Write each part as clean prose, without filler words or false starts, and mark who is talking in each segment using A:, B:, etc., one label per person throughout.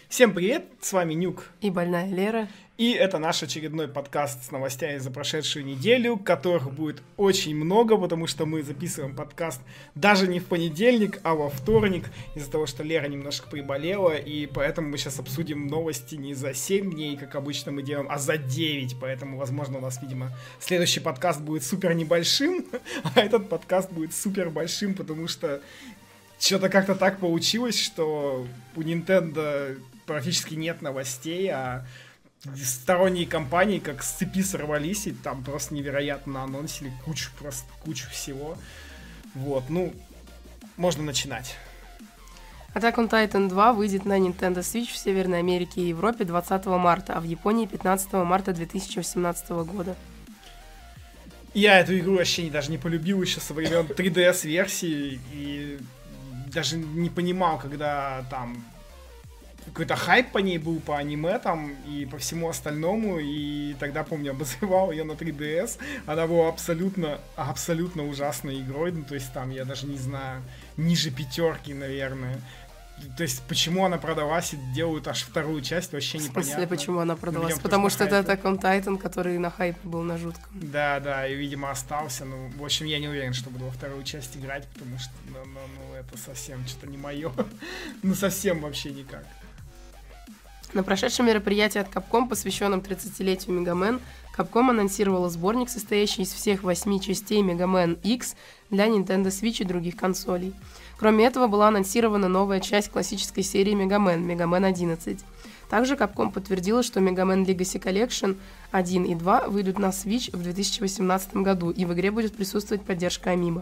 A: Всем привет, с вами Нюк
B: и Больная Лера.
A: И это наш очередной подкаст с новостями за прошедшую неделю, которых будет очень много, потому что мы записываем подкаст даже не в понедельник, а во вторник, из-за того, что Лера немножко приболела, и поэтому мы сейчас обсудим новости не за 7 дней, как обычно мы делаем, а за 9, поэтому, возможно, у нас, видимо, следующий подкаст будет супер небольшим, а этот подкаст будет супер большим, потому что что-то как-то так получилось, что у Nintendo практически нет новостей, а сторонние компании как с цепи сорвались и там просто невероятно анонсили кучу всего. Вот, можно начинать.
B: Attack on Titan 2 выйдет на Nintendo Switch в Северной Америке и Европе 20 марта, а в Японии 15 марта 2018 года.
A: Я эту игру вообще даже не полюбил еще со времен 3DS-версии и даже не понимал, когда там какой-то хайп по ней был, по аниме там и по всему остальному, и тогда, помню, обозревал ее на 3DS, она была абсолютно ужасной игрой, то есть там, я даже не знаю, ниже 5, наверное. То есть, почему она продалась и делают аж вторую часть, вообще непонятно.
B: В смысле, почему она продалась? Потому что это Attack on Titan, который на хайпе был на жутком.
A: Да, и, видимо, остался. В общем, я не уверен, что буду во вторую часть играть, потому что, это совсем что-то не мое. Совсем вообще никак.
B: На прошедшем мероприятии от Capcom, посвященном 30-летию Mega Man, Capcom анонсировала сборник, состоящий из всех 8 частей Mega Man X для Nintendo Switch и других консолей. Кроме этого, была анонсирована новая часть классической серии Mega Man 11. Также Capcom подтвердила, что Mega Man Legacy Collection 1 и 2 выйдут на Switch в 2018 году, и в игре будет присутствовать поддержка Amiibo.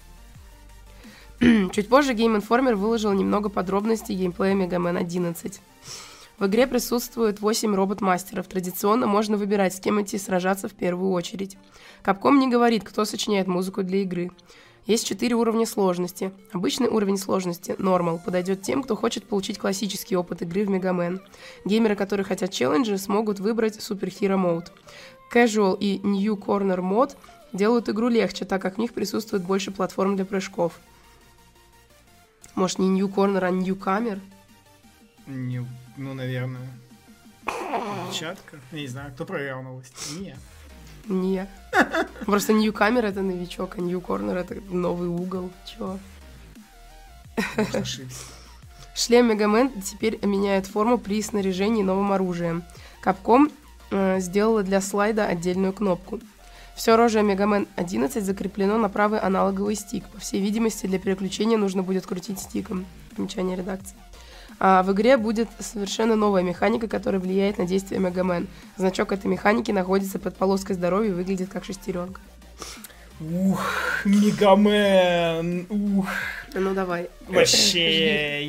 B: Чуть позже Game Informer выложил немного подробностей геймплея Mega Man 11. В игре присутствует 8 робот-мастеров. Традиционно можно выбирать, с кем идти сражаться в первую очередь. Capcom не говорит, кто сочиняет музыку для игры. Есть 4 уровня сложности. Обычный уровень сложности, Normal, подойдет тем, кто хочет получить классический опыт игры в Mega Man. Геймеры, которые хотят челленджи, смогут выбрать Super Hero Mode. Casual и New Corner Mode делают игру легче, так как в них присутствует больше платформ для прыжков. Может, не New Corner, а Newcomer?
A: Наверное. Печатка. Я не знаю, кто проверял новости.
B: Не. Просто Newcomer — это новичок, а New Corner — это новый угол. Чё?
A: Можно ошибиться.
B: Шлем Mega Man теперь меняет форму при снаряжении новым оружием. Capcom сделала для слайда отдельную кнопку. Все оружие Mega Man 11 закреплено на правый аналоговый стик. По всей видимости, для переключения нужно будет крутить стиком. Примечание редакции. А в игре будет совершенно новая механика, которая влияет на действие Mega Man. Значок этой механики находится под полоской здоровья и выглядит как шестеренка.
A: Мегамен!
B: Ну давай.
A: Вообще,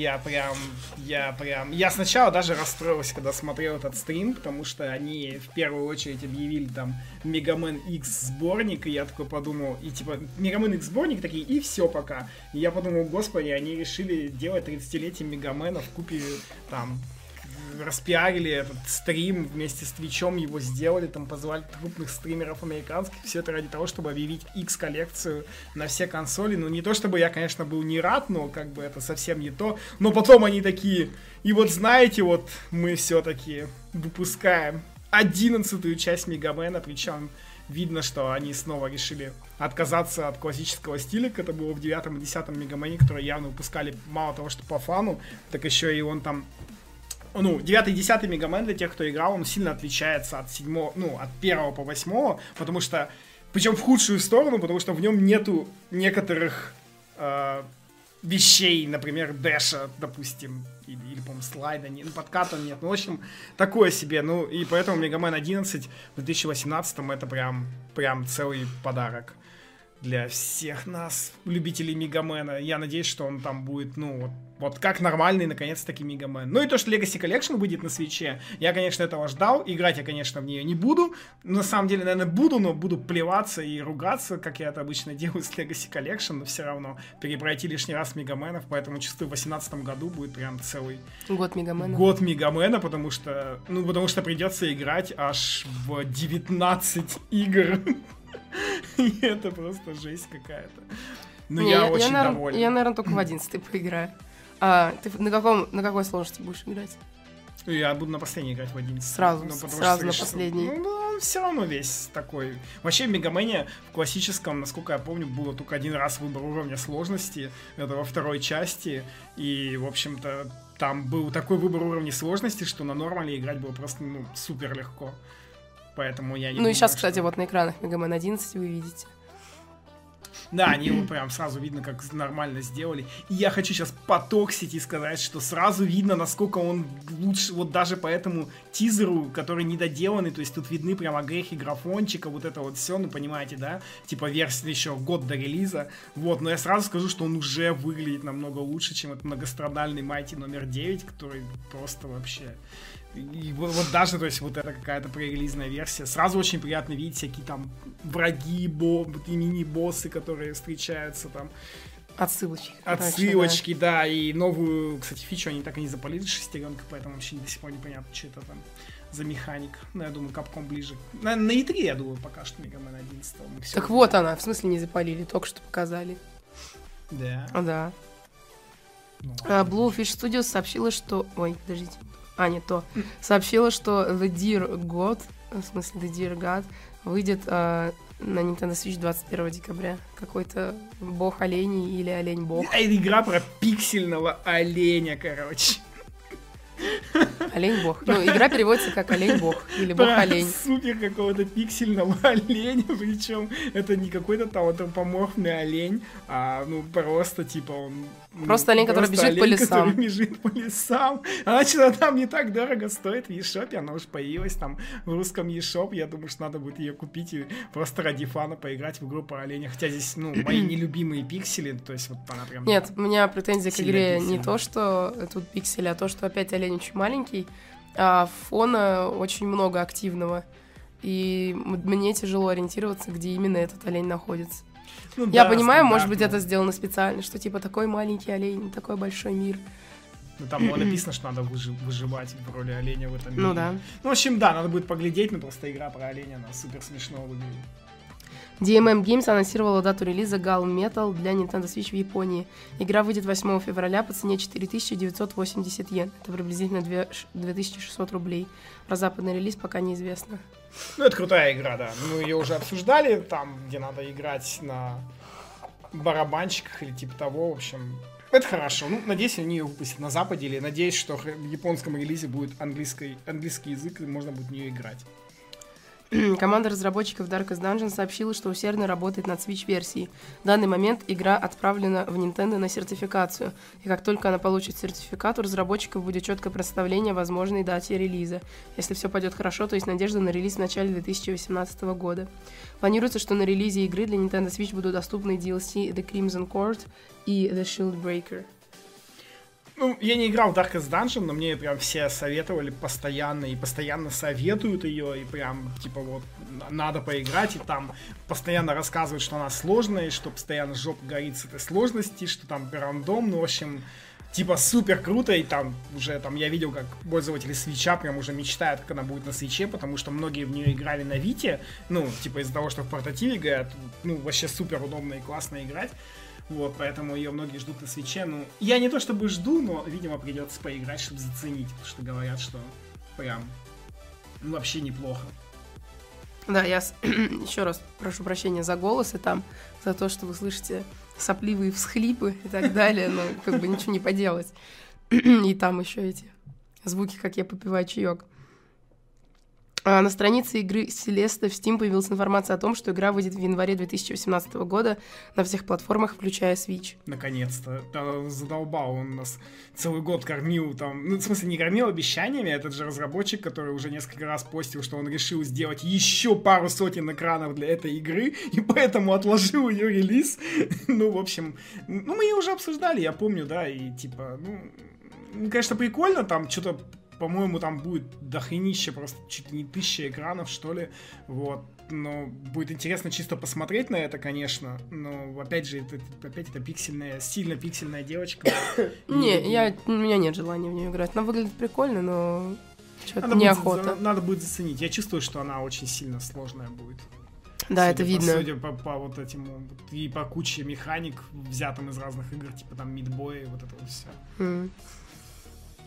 A: я сначала даже расстроился, когда смотрел этот стрим, потому что они в первую очередь объявили там Мегамен X сборник, и я такой подумал, и типа Мегамен X сборник такие, и все пока. И я подумал, господи, они решили делать 30-летие Мегамена вкупе там распиарили этот стрим вместе с Твичом, его сделали, там позвали крупных стримеров американских, все это ради того, чтобы объявить X-коллекцию на все консоли. Не то чтобы я, конечно, был не рад, но как бы это совсем не то. Но потом они такие, и вот знаете, вот мы все-таки выпускаем 11-ю часть Мегамена, причем видно, что они снова решили отказаться от классического стиля, как это было в 9 и 10 Мегамене, которые явно выпускали мало того, что по фану, так еще и он там 9 и 10 Мегамен, для тех, кто играл, он сильно отличается от 7, от 1 по 8, потому что, причем в худшую сторону, потому что в нем нету некоторых вещей, например, дэша, допустим, или по-моему, слайда, подката нет, в общем, такое себе, и поэтому Мегамен 11 в 2018 это прям целый подарок для всех нас, любителей Мегамена. Я надеюсь, что он там будет, вот как нормальный, наконец-таки, Мегамен. И то, что Legacy Collection выйдет на Switch'е, я, конечно, этого ждал. Играть я, конечно, в нее не буду. На самом деле, наверное, буду, но буду плеваться и ругаться, как я это обычно делаю с Legacy Collection, но все равно перепройти лишний раз Мегаменов, поэтому чувствую, в 2018 году будет прям целый
B: год Мегамена.
A: Год Мегамена, потому что придется играть аж в 19 игр. И это просто жесть какая-то. Я очень доволен.
B: Я, наверное, только в 11 поиграю. А ты на какой сложности будешь играть?
A: Я буду на последний играть в 11.
B: Сразу на последний.
A: Ну, все равно весь такой. Вообще в Мегамене в классическом, насколько я помню, было только один раз выбор уровня сложности. Это во второй части. И, в общем-то, там был такой выбор уровня сложности, что на нормале играть было просто, супер легко. Поэтому я не думаю,
B: и сейчас, кстати, вот на экранах Мегамен 11 вы видите.
A: Да, они его прям сразу видно, как нормально сделали. И я хочу сейчас потоксить и сказать, что сразу видно, насколько он лучше, вот даже по этому тизеру, который недоделанный, то есть тут видны прям огрехи графончика, вот это вот все, понимаете, да? Типа версия еще год до релиза. Вот, но я сразу скажу, что он уже выглядит намного лучше, чем этот многострадальный Mighty номер 9, который просто вообще... И вот даже, то есть, вот это какая-то пререлизная версия. Сразу очень приятно видеть всякие там враги, и мини-боссы, которые встречаются там. Отсылочки, да. И новую, кстати, фичу они так и не запалили, шестеренка, поэтому вообще до сих пор непонятно, что это там за механик. Ну, я думаю, Capcom ближе. На E3, я думаю, пока что Мегамен 11.
B: Так вот она, в смысле не запалили, только что показали.
A: Да.
B: Да. Bluefish Studios сообщила, что... Ой, подождите. Сообщила, что The Dear God, в смысле The Dear God, выйдет на Nintendo Switch 21 декабря. Какой-то бог оленей или олень-бог.
A: Игра про пиксельного оленя, короче.
B: Олень-бог. Ну, игра переводится как олень-бог или бог-олень.
A: Супер какого-то пиксельного оленя, причем это не какой-то там антропоморфный олень, а просто типа он...
B: Просто олень, который бежит по лесам.
A: Который бежит по лесам. Она что-то там не так дорого стоит в eShop, она уже появилась там в русском eShop. Я думаю, что надо будет ее купить и просто ради фана поиграть в игру про оленя. Хотя здесь, мои нелюбимые пиксели, то есть вот она прям...
B: Нет, у меня претензия к игре не то, что тут пиксели, а то, что опять олень очень маленький, а фона очень много активного. И мне тяжело ориентироваться, где именно этот олень находится. Я понимаю, может быть, это сделано специально, что типа такой маленький олень, такой большой мир.
A: Там было написано, что надо выживать в роли оленя в этом мире.
B: Ну да.
A: В общем, да, надо будет поглядеть, но просто игра про оленя, она супер смешно выглядит.
B: DMM Games анонсировала дату релиза Gal Metal для Nintendo Switch в Японии. Игра выйдет 8 февраля по цене 4980 йен. Это приблизительно 2600 рублей. Про западный релиз пока неизвестно.
A: Это крутая игра, да. Мы ее уже обсуждали, там, где надо играть на барабанщиках или типа того, в общем... Это хорошо. Надеюсь, они ее выпустят на Западе, или надеюсь, что в японском релизе будет английский язык, и можно будет в нее играть.
B: Команда разработчиков Darkest Dungeon сообщила, что усердно работает над Switch-версией. В данный момент игра отправлена в Nintendo на сертификацию, и как только она получит сертификат, у разработчиков будет четкое представление о возможной дате релиза. Если все пойдет хорошо, то есть надежда на релиз в начале 2018 года. Планируется, что на релизе игры для Nintendo Switch будут доступны DLC The Crimson Court и The Shieldbreaker.
A: Я не играл в Darkest Dungeon, но мне прям все советовали постоянно, и постоянно советуют ее, и прям, типа, вот, надо поиграть, и там постоянно рассказывают, что она сложная, и что постоянно жопа горит с этой сложности, что там рандом, в общем, типа, супер круто, и там уже, я видел, как пользователи Switch'а прям уже мечтают, как она будет на Switch'е, потому что многие в нее играли на Вите, типа, из-за того, что в портативе играют, вообще супер удобно и классно играть. Вот, поэтому ее многие ждут на Свитче. Я не то чтобы жду, но, видимо, придется поиграть, чтобы заценить. Потому что говорят, что прям вообще неплохо.
B: Да, я еще раз прошу прощения за голос и там, за то, что вы слышите сопливые всхлипы и так далее, но как бы ничего не поделать. И там еще эти звуки, как я попиваю чаек. На странице игры Celeste в Steam появилась информация о том, что игра выйдет в январе 2018 года на всех платформах, включая Switch.
A: Наконец-то. Задолбал он нас. Целый год кормил там... в смысле, не кормил обещаниями. Этот же разработчик, который уже несколько раз постил, что он решил сделать еще пару сотен экранов для этой игры, и поэтому отложил ее релиз. В общем... мы ее уже обсуждали, я помню, да, и типа... конечно, прикольно, там что-то... По-моему, там будет дохренище, просто чуть ли не 1000 экранов, что ли. Вот. Но будет интересно чисто посмотреть на это, конечно. Но, опять же, это пиксельная, сильно пиксельная девочка.
B: У меня нет желания в нее играть. Она выглядит прикольно, но что-то неохота.
A: Надо будет заценить. Я чувствую, что она очень сильно сложная будет.
B: Да, это видно.
A: Судя по вот этим, и по куче механик, взятым из разных игр, типа там Meat Boy, вот это вот все.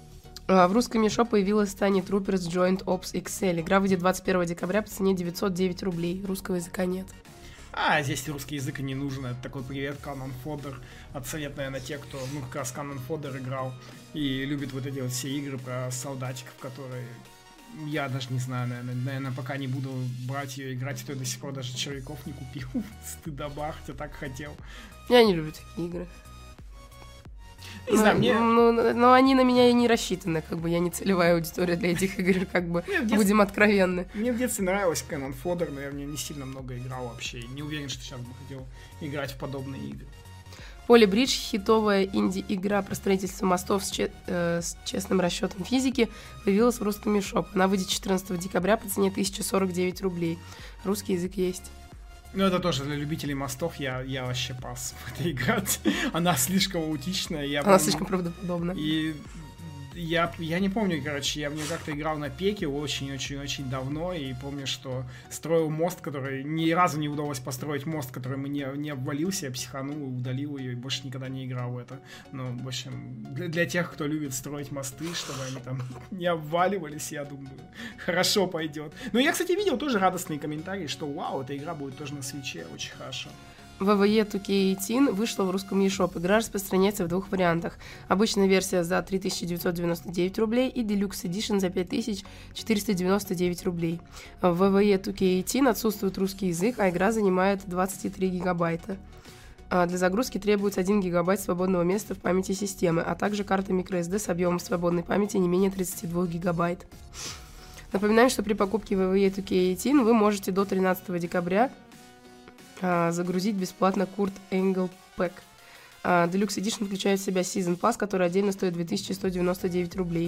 B: В русском eShop появилась Tiny Troopers Joint Ops XL. Игра выйдет 21 декабря по цене 909 рублей. Русского языка нет.
A: Здесь русский язык и не нужен. Это такой привет, Cannon Fodder. Отсовет, наверное, те, кто, как раз Cannon Fodder играл и любит вот эти вот все игры про солдатиков, которые... Я даже не знаю, наверное, пока не буду брать ее играть, то я до сих пор даже червяков не купил. Стыдоба, хотя так хотел.
B: Я не люблю такие игры.
A: Не знаю, мне...
B: Но они на меня и не рассчитаны, я не целевая аудитория для этих игр, будем откровенны.
A: Мне в детстве нравилась Cannon Fodder, но я в нее не сильно много играл вообще. Не уверен, что сейчас бы хотел играть в подобные игры.
B: Poly Bridge, хитовая инди-игра про строительство мостов с честным расчетом физики, появилась в русском eShop. Она выйдет 14 декабря по цене 1049 рублей. Русский язык есть.
A: Это тоже для любителей мостов, я вообще пас в это играть. Она слишком аутичная.
B: Она слишком правдоподобна.
A: И я не помню, я в нее как-то играл на пеке очень-очень-очень давно, и помню, что строил мост, который... Ни разу не удалось построить мост, который мне не обвалился, я психанул, удалил ее и больше никогда не играл в это. В общем, для тех, кто любит строить мосты, чтобы они там не обваливались, я думаю, хорошо пойдет. Я, кстати, видел тоже радостные комментарии, что вау, эта игра будет тоже на свитче, очень хорошо.
B: WWE 2K18 вышла в русском eShop. Игра распространяется в двух вариантах. Обычная версия за 3999 рублей и Deluxe Edition за 5499 рублей. В WWE 2K18 отсутствует русский язык, а игра занимает 23 гигабайта. Для загрузки требуется 1 гигабайт свободного места в памяти системы, а также карта microSD с объемом свободной памяти не менее 32 гигабайт. Напоминаем, что при покупке WWE 2K18 вы можете до 13 декабря загрузить бесплатно Kurt Angle Pack. Deluxe Edition включает в себя Season Pass, который отдельно стоит 2199 рублей.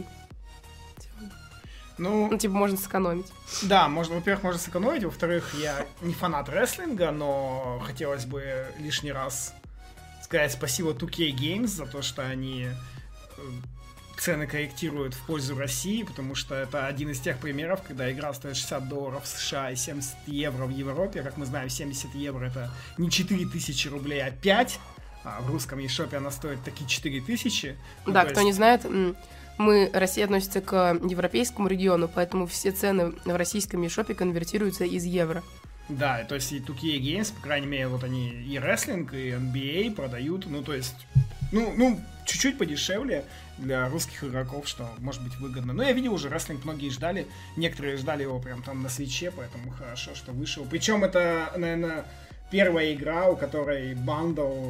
B: Можно сэкономить. Да,
A: во-первых, можно сэкономить, во-вторых, я не фанат рестлинга, но хотелось бы лишний раз сказать спасибо 2K Games за то, что они цены корректируют в пользу России, потому что это один из тех примеров, когда игра стоит $60 в США и 70 евро в Европе. Как мы знаем, 70 евро это не 4000 рублей, а 5. А в русском eShop она стоит такие 4000.
B: Да, кто не знает, Россия относится к европейскому региону, поэтому все цены в российском eShop конвертируются из евро.
A: Да, то есть и 2K Games, по крайней мере, вот они и рестлинг, и NBA продают, чуть-чуть подешевле для русских игроков, что может быть выгодно. Но я видел уже, рестлинг многие ждали, некоторые ждали его прям там на свитче, поэтому хорошо, что вышел. Причем это, наверное, первая игра, у которой бандл,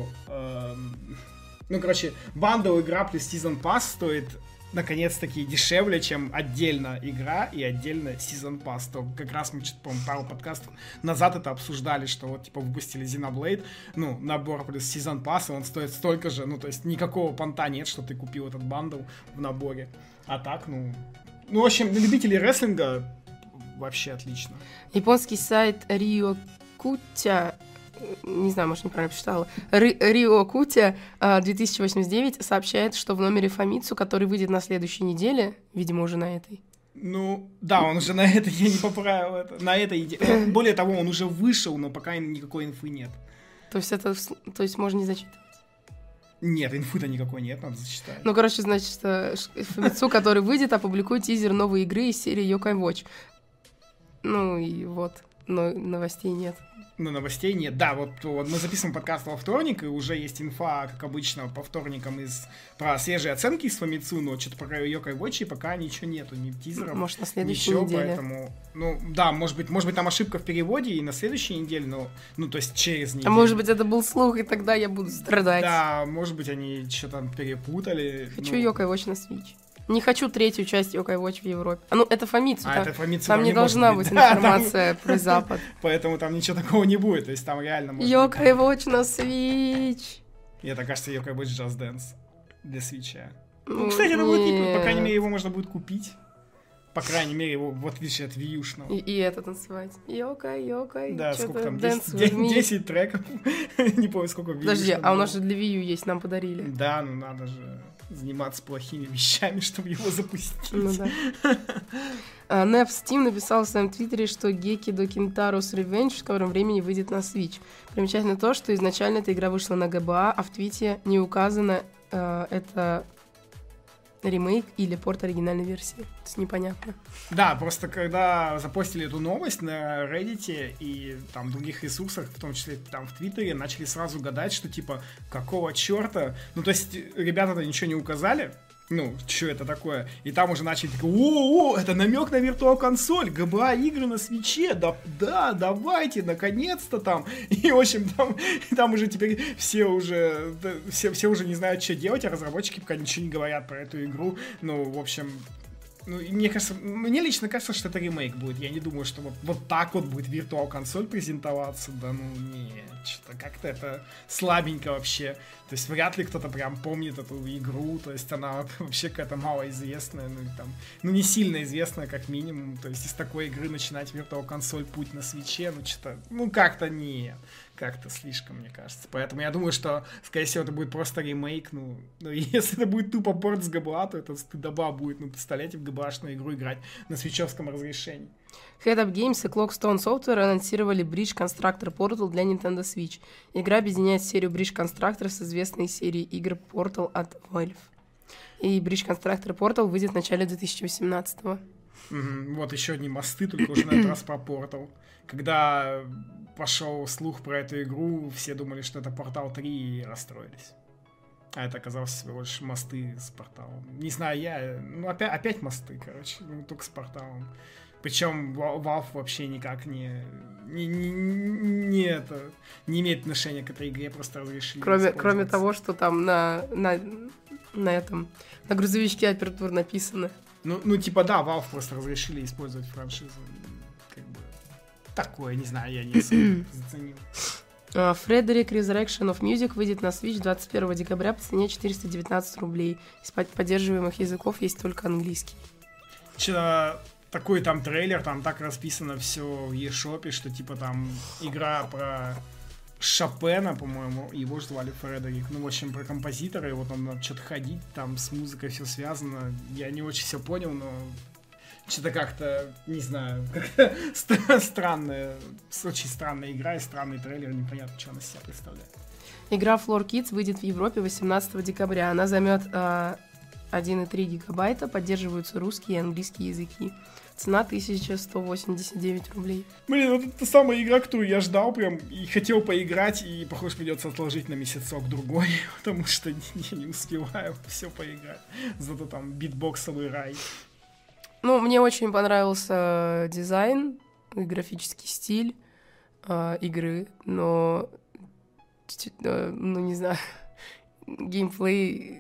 A: бандл игра плюс Season Pass стоит наконец-таки дешевле, чем отдельно игра и отдельно Season Pass. То как раз мы, по-моему, пару подкастов назад это обсуждали, что выпустили Xenoblade, набор плюс Season Pass, и он стоит столько же, то есть никакого понта нет, что ты купил этот бандл в наборе. А так, в общем, для любителей рестлинга вообще отлично.
B: Японский сайт Ryokutya, не знаю, может, неправильно прочитала, Ryokutya 2089 сообщает, что в номере Famitsu, который выйдет на следующей неделе, видимо, уже на этой.
A: Да, он уже на этой, я не поправил это, на этой идее. Более того, он уже вышел, но пока никакой инфы нет.
B: То есть можно не зачитывать?
A: Нет, инфы-то никакой нет, надо зачитать.
B: Значит, Famitsu, который выйдет, опубликует тизер новой игры из серии Yokai Watch. Но новостей нет.
A: Новостей нет. Да, вот мы записываем подкаст во вторник, и уже есть инфа, как обычно, по вторникам про свежие оценки из Famitsu, но что-то про Yokai Watch пока ничего нету, ни тизеров,
B: может, на следующей неделе.
A: Поэтому, да, может быть, там ошибка в переводе и на следующей неделе, то есть через неделю.
B: А может быть, это был слух, и тогда я буду страдать.
A: Да, может быть, они что-то там перепутали.
B: Хочу Yokai Watch на Switch. Не хочу третью часть Yokai Watch в Европе. Это Famitsu.
A: Это Famitsu,
B: там не должна быть информация про Запад.
A: Поэтому там ничего такого не будет. То есть там реально может
B: Yokai Watch на Switch.
A: И это, кажется, Yokai Watch Just Dance для Switch. Кстати, это будет, по крайней мере, его можно будет купить. По крайней мере, его, видишь, от Wii U-шного.
B: И это танцевать. Yokai.
A: Да, сколько там, 10 треков. Не помню, сколько Wii U.
B: Подожди, а у нас же для Wii U есть, нам подарили.
A: Да, надо же заниматься плохими вещами, чтобы его запустить.
B: Да. Nef Steam написал в своем твиттере, что Gekido Kintaro's Revenge в скором времени выйдет на Switch. Примечательно то, что изначально эта игра вышла на GBA, а в твите не указано это ремейк или порт оригинальной версии. То есть непонятно.
A: Да, просто когда запостили эту новость на Reddit и там других ресурсах, в том числе там в Твиттере, начали сразу гадать, что типа, какого черта? Ну, то есть, ребята-то ничего не указали, ну, что это такое? И там уже начали такие, о, это намек на Virtual консоль, ГБА игры на свитче, да, давайте, наконец-то там. И, в общем, там уже теперь все уже не знают, что делать, а разработчики пока ничего не говорят про эту игру. Ну, в общем... Ну, и мне лично кажется, что это ремейк будет. Я не думаю, что вот так вот будет Virtual консоль презентоваться. Да ну нет, что-то как-то это слабенько вообще. То есть вряд ли кто-то прям помнит эту игру. То есть она вообще какая-то малоизвестная. Ну, и там, ну не сильно известная, как минимум. То есть из такой игры начинать Virtual консоль путь на свитче, ну что-то, ну как-то нет. Как-то слишком, мне кажется. Поэтому я думаю, что, скорее всего, это будет просто ремейк. Ну если это будет тупо порт с ГБА, то это стыдоба будет. Ну, представляете, в ГБАшную игру играть на свитчевском разрешении.
B: Head Up Games и Clockstone Software анонсировали Bridge Constructor Portal для Nintendo Switch. Игра объединяет серию Bridge Constructor с известной серией игр Portal от Valve. И Bridge Constructor Portal выйдет в начале 2018-го.
A: Вот еще одни мосты, только уже на этот раз про Portal. Когда пошел слух про эту игру, все думали, что это Portal 3 и расстроились. А это оказалось всего лишь мосты с порталом. Не знаю, ну опять мосты, короче, ну, только с порталом. Причем Valve вообще никак не имеет отношения к этой игре, просто разрешили.
B: Кроме того, что там на грузовичке апертур написано.
A: Ну, типа, да, Valve просто разрешили использовать франшизу. Как бы такое, не знаю, я не заценил.
B: Frederick Resurrection of Music выйдет на Switch 21 декабря по цене 419 рублей. Из поддерживаемых языков есть только английский.
A: Что-то такой там трейлер, там так расписано все в eShop, что типа там игра про Шопена, по-моему, его же звали Фредерик. Ну, в общем, про композитора, и вот он надо что-то ходить, там с музыкой все связано. Я не очень все понял, но что-то как-то, не знаю, как-то странная, очень странная игра и странный трейлер, непонятно, что она из себя представляет.
B: Игра Floor Kids выйдет в Европе 18 декабря. Она займет 1,3 гигабайта, поддерживаются русские и английские языки. Цена 1189 рублей.
A: Блин, вот это та самая игра, которую я ждал прям и хотел поиграть, и, похоже, придется отложить на месяцок-другой, потому что я не успеваю все поиграть. Зато там битбоксовый рай.
B: Ну, мне очень понравился дизайн и графический стиль игры, но, ну, не знаю, геймплей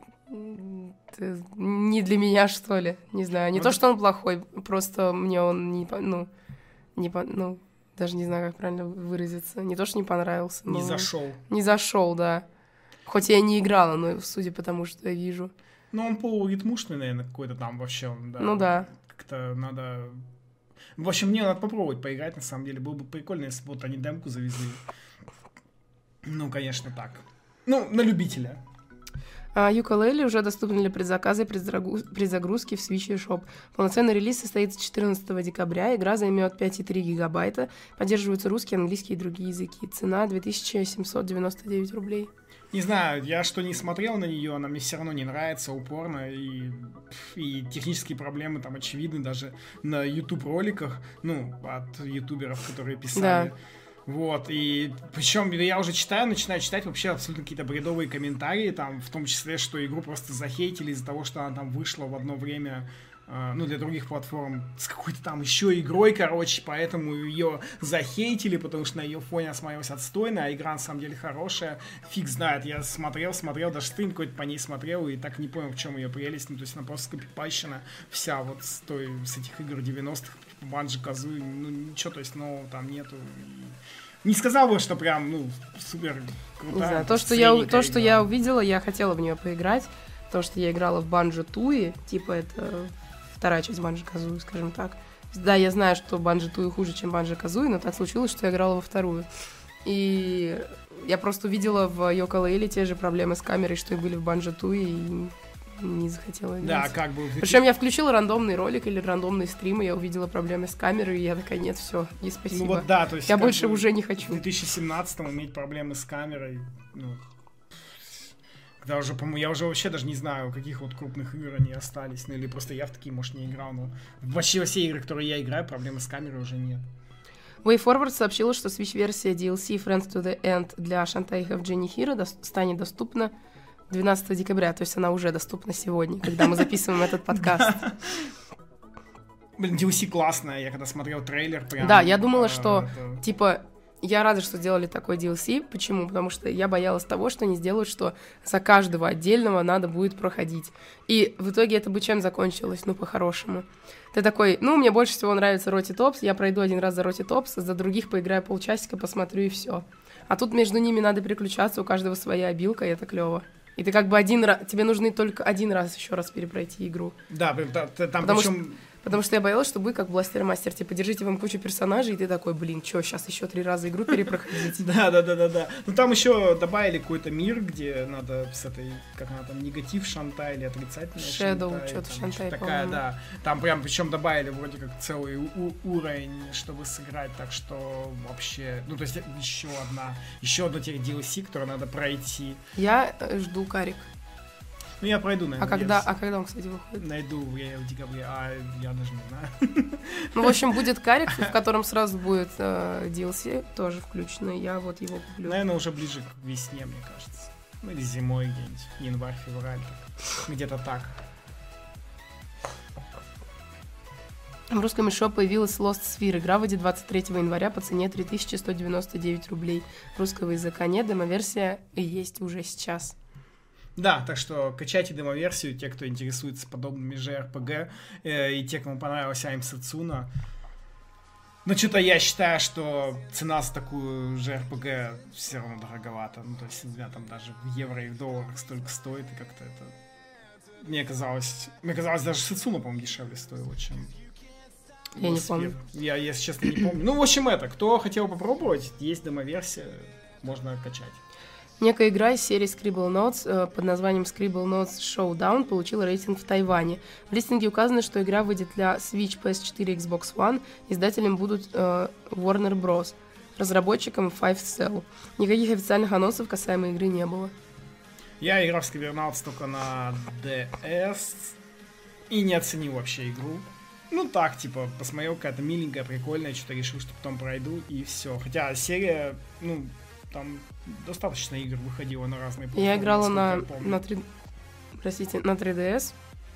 B: не для меня, что ли, не знаю. Не то, что он плохой, просто мне он даже не знаю, как правильно выразиться. Не то, что не понравился, но...
A: Не зашел.
B: Не зашел, да. Хоть я не играла, но судя по тому, что я вижу.
A: Ну, он полуритмушный, наверное, какой-то там вообще. Да.
B: Ну да.
A: Как-то надо... В общем, мне надо попробовать поиграть, на самом деле. Было бы прикольно, если бы вот они демку завезли. Ну, конечно, так. Ну, на любителя.
B: Yooka-Laylee уже доступны для предзаказа и предзагрузки в Switch eShop. Полноценный релиз состоится 14 декабря. Игра займет 5,3 гигабайта. Поддерживаются русский, английский и другие языки. Цена 2799 рублей.
A: Не знаю, я что не смотрел на нее, она мне все равно не нравится упорно, и технические проблемы там очевидны даже на YouTube-роликах, ну, от ютуберов, которые писали. Да. Вот, и причем я уже начинаю читать вообще абсолютно какие-то бредовые комментарии, там, в том числе, что игру просто захейтили из-за того, что она там вышла в одно время, ну, для других платформ с какой-то там еще игрой, короче, поэтому ее захейтили, потому что на ее фоне она смотрелась отстойно, а игра на самом деле хорошая, фиг знает, я смотрел, даже стрим какой-то по ней смотрел и так не понял, в чем ее прелесть, ну, то есть она просто скопипащена вся вот с этих игр 90-х, Банджо-Казуи, ну, ничего, то есть нового там нету. Не сказал бы, что прям, ну, супер крутая.
B: Не знаю, то, что я увидела, я хотела в нее поиграть. То, что я играла в Банджо-Туи, типа это вторая часть Банджо-Казуи, скажем так. Да, я знаю, что Банджо-Туи хуже, чем Банджо-Казуи, но так случилось, что я играла во вторую. И я просто увидела в Yooka-Laylee те же проблемы с камерой, что и были в Банджо-Туи, и не захотела играть.
A: Да, как бы...
B: Причем я включила рандомный ролик или рандомный стрим, и я увидела проблемы с камерой, и я такая, нет, все, и спасибо.
A: Ну вот да, то есть...
B: Я больше уже не хочу.
A: В 2017-м иметь проблемы с камерой, ну... Когда уже, по-моему, я уже вообще даже не знаю, каких вот крупных игр они остались. Ну или просто я в такие, может, не играл. Но вообще все игры, которые я играю, проблемы с камерой уже нет.
B: WayForward сообщила, что Switch-версия DLC Friends to the End для Shantae Have Genie Hero станет доступна 12 декабря. То есть она уже доступна сегодня, когда мы записываем этот подкаст.
A: Блин, DLC классная. Я когда смотрел трейлер, прям...
B: Да, я думала, что, типа... Я рада, что сделали такой DLC. Почему? Потому что я боялась того, что они сделают, что за каждого отдельного надо будет проходить. И в итоге это бы чем закончилось? Ну, по-хорошему. Ты такой, ну, мне больше всего нравится Roty Tops, я пройду один раз за Roty Tops, за других поиграю полчасика, посмотрю и все. А тут между ними надо переключаться, у каждого своя обилка, и это клево. И ты как бы один раз... Тебе нужны только один раз еще раз перепройти игру.
A: Да, там причем...
B: Потому что я боялась, что будет как Бластер-мастер. Типа, держите вам кучу персонажей, и ты такой, блин, чё, сейчас еще 3 раза игру перепроходить?
A: Да. Ну там еще добавили какой-то мир, где надо с этой, как она там, негатив Шантай или отрицательная
B: Shadow, что-то Шантай,
A: такая, да. Там прям, причем добавили вроде как целый уровень, чтобы сыграть, так что вообще... Ну, то есть еще одно тех DLC, которые надо пройти.
B: Я жду Карик.
A: Ну, я пройду, наверное.
B: А когда он, кстати, выходит?
A: Найду в декабре, я даже не знаю.
B: Ну, в общем, будет Карик, в котором сразу будет DLC тоже включено, я вот его куплю.
A: Наверное, уже ближе к весне, мне кажется. Ну, или зимой где-нибудь, январь-февраль, где-то так.
B: В русском eShop появилась Lost Sphere. Игра выйдет 23 января по цене 3199 рублей. Русского языка нет, демо-версия есть уже сейчас.
A: Да, так что качайте демо-версию, те, кто интересуется подобными JRPG, и те, кому понравился I'm Setsuna. Но что-то я считаю, что цена за такую JRPG все равно дороговата. Ну, то есть, нельзя там даже в евро и в долларах столько стоит, и как-то это... Мне казалось, даже Setsuna, по-моему, дешевле стоило, чем...
B: Я не помню.
A: Я, если честно, не помню. Ну, в общем, кто хотел попробовать, есть демо-версия, можно качать.
B: Некая игра из серии Scribble Notes под названием Scribble Notes Showdown получила рейтинг в Тайване. В листинге указано, что игра выйдет для Switch, PS4 и Xbox One. Издателем будут Warner Bros. Разработчиком Five Cell. Никаких официальных анонсов касаемо игры не было.
A: Я играл в Scribble Notes только на DS и не оценил вообще игру. Ну так, типа, посмотрел, какая-то миленькая, прикольная, что-то решил, что потом пройду, и все. Хотя серия, ну, там достаточно игр выходило на разные платформы.
B: Я играла на 3DS.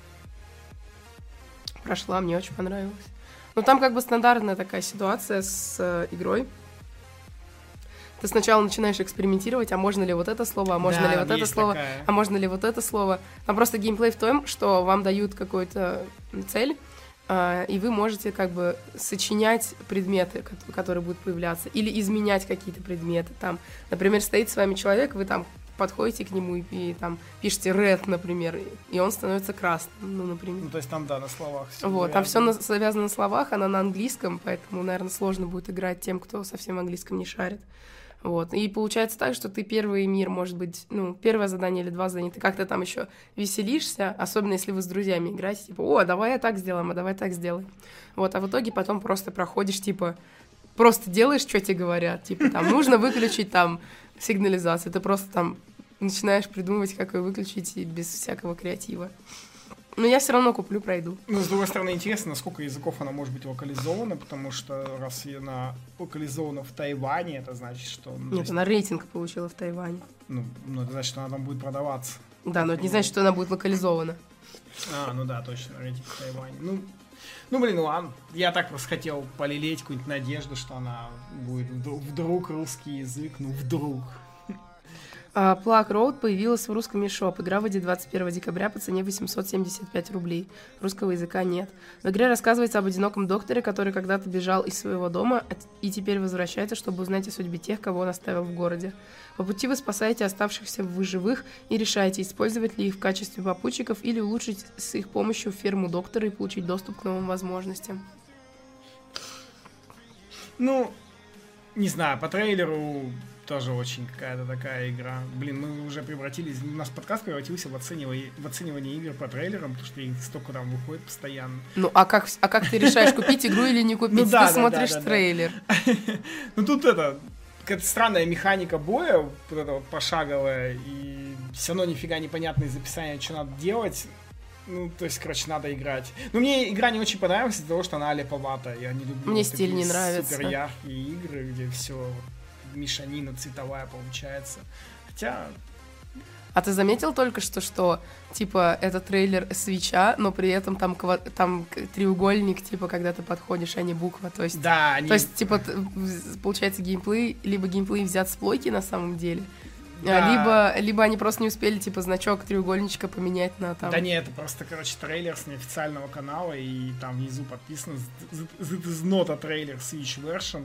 B: Прошла, мне очень понравилось. Ну, там как бы стандартная такая ситуация с игрой. Ты сначала начинаешь экспериментировать, а можно ли вот это слово, а можно ли вот это слово, а можно ли вот это слово. Там просто геймплей в том, что вам дают какую-то цель, и вы можете как бы сочинять предметы, которые будут появляться, или изменять какие-то предметы. Там, например, стоит с вами человек, вы там подходите к нему и там пишете red, например, и он становится красным, ну, например.
A: Ну, то есть там, да, на словах.
B: Вот, там все завязано на словах, она на английском, поэтому, наверное, сложно будет играть тем, кто совсем английском не шарит. Вот. И получается так, что ты первый мир, может быть, ну, первое задание или 2 задания, ты как-то там еще веселишься, особенно если вы с друзьями играете, типа, о, давай я так сделаем, а давай так сделаем. Вот, а в итоге потом просто проходишь, типа, просто делаешь, что тебе говорят, типа, там, нужно выключить там сигнализацию, ты просто там начинаешь придумывать, как ее выключить без всякого креатива. Но я все равно куплю, пройду.
A: Ну, с другой стороны, интересно, насколько языков она может быть локализована, потому что раз она локализована в Тайване, это значит, что...
B: Ну, нет, она рейтинг получила в Тайване.
A: Ну, это значит, что она там будет продаваться.
B: Да, но это не значит, что она будет локализована.
A: Ну да, точно, рейтинг в Тайване. Ну, блин, ладно. Я так просто хотел полелеять какую-нибудь надежду, что она будет вдруг русский язык, вдруг...
B: Plague Road появилась в русском eShop. Игра выйдет 21 декабря по цене 875 рублей. Русского языка нет. В игре рассказывается об одиноком докторе, который когда-то бежал из своего дома и теперь возвращается, чтобы узнать о судьбе тех, кого он оставил в городе. По пути вы спасаете оставшихся в живых и решаете, использовать ли их в качестве попутчиков или улучшить с их помощью ферму доктора и получить доступ к новым возможностям.
A: Ну, не знаю, по трейлеру... Тоже очень какая-то такая игра. Блин, мы уже превратились... У нас подкаст превратился в оценивание игр по трейлерам, потому что их столько там выходит постоянно.
B: Ну, а как ты решаешь, купить игру или не купить? Ты смотришь трейлер.
A: Ну, тут какая-то странная механика боя, вот эта вот пошаговая, и все равно нифига непонятно из описания, что надо делать. Ну, то есть, короче, надо играть. Но мне игра не очень понравилась из-за того, что она леповата. Я не люблю
B: мне стиль не нравится.
A: Супер яркие игры, где все мешанина цветовая получается. Хотя...
B: А ты заметил только что типа, это трейлер свитча, но при этом там треугольник, типа, когда ты подходишь, а не буква, то есть...
A: Да, они...
B: То есть, типа, получается, либо геймплей взят с плойки на самом деле,
A: да.
B: либо они просто не успели, типа, значок треугольничка поменять на там...
A: Да не, это просто, короче, трейлер с неофициального канала, и там внизу подписано This is not a trailer Switch version.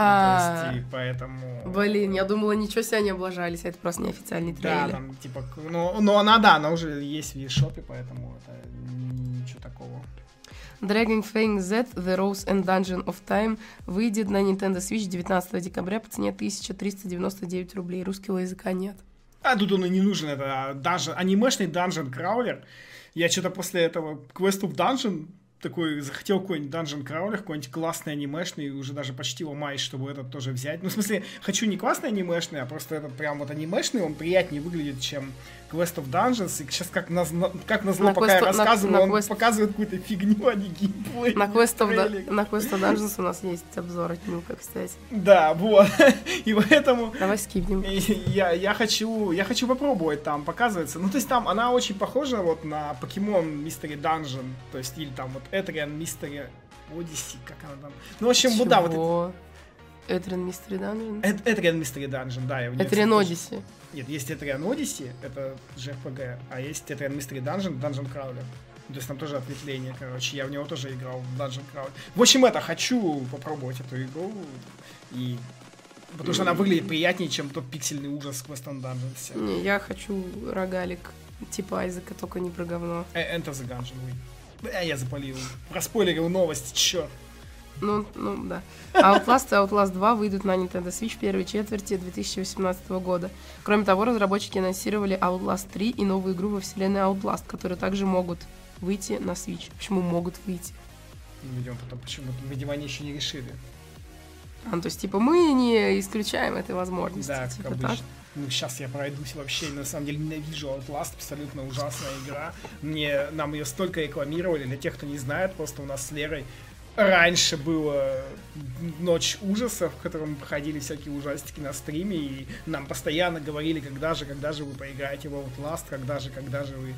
A: То есть, и поэтому...
B: Блин, я думала, ничего себе они облажались, это просто неофициальный трейлер.
A: Да, там, типа, ну она уже есть в eShop, поэтому это ничего такого.
B: Dragon Fang Z The Rose and Dungeon of Time выйдет на Nintendo Switch 19 декабря по цене 1399 рублей. Русского языка нет.
A: А тут он и не нужен, это анимешный Dungeon Crawler. Я что-то после этого Quest of Dungeon такой захотел какой-нибудь Dungeon Crawler, какой-нибудь классный анимешный, уже даже почти ломаюсь, чтобы этот тоже взять. Ну, в смысле, хочу не классный анимешный, а просто этот прям вот анимешный, он приятнее выглядит, чем Quest of Dungeons. И сейчас как назло, пока я рассказываю, он показывает какую-то фигню, а не геймплей.
B: На Quest of Dungeons у нас есть обзор от Нюка, кстати.
A: Да, вот. И поэтому...
B: Давай скипнем.
A: Я хочу попробовать там, показывается. Ну, то есть там она очень похожа вот на Pokemon Mystery Dungeon, то есть или там вот Etrian Mystery Odyssey, как она там. Ну, в общем, вот да, вот это...
B: Etrian Mystery Dungeon?
A: Etrian Mystery Dungeon, да.
B: Etrian Odyssey.
A: Нет, есть Etrian Odyssey, это JRPG, а есть Etrian Mystery Dungeon, Dungeon Crawler. То есть там тоже ответвление, короче. Я в него тоже играл, в Dungeon Crawler. В общем, хочу попробовать эту игру. И... Потому что она выглядит приятнее, чем тот пиксельный ужас Quest of Dungeons.
B: Не, я хочу рогалик типа Айзека, только не про говно.
A: Enter the Gungeon. Я запалил. Проспойлерил новость, чё?
B: Ну, да. Outlast и Outlast 2 выйдут на Nintendo Switch в первой четверти 2018 года. Кроме того, разработчики анонсировали Outlast 3 и новую игру во вселенной Outlast, которые также могут выйти на Switch. Почему могут выйти?
A: Видимо, они еще не решили.
B: То есть, типа, мы не исключаем этой возможности.
A: Да,
B: типа,
A: как обычно. Ну, сейчас я пройдусь вообще, на самом деле ненавижу Outlast, абсолютно ужасная игра. Нам ее столько рекламировали, для тех, кто не знает, просто у нас с Лерой раньше была Ночь ужасов, в котором проходили всякие ужастики на стриме, и нам постоянно говорили, когда же вы поиграете в Outlast, когда же вы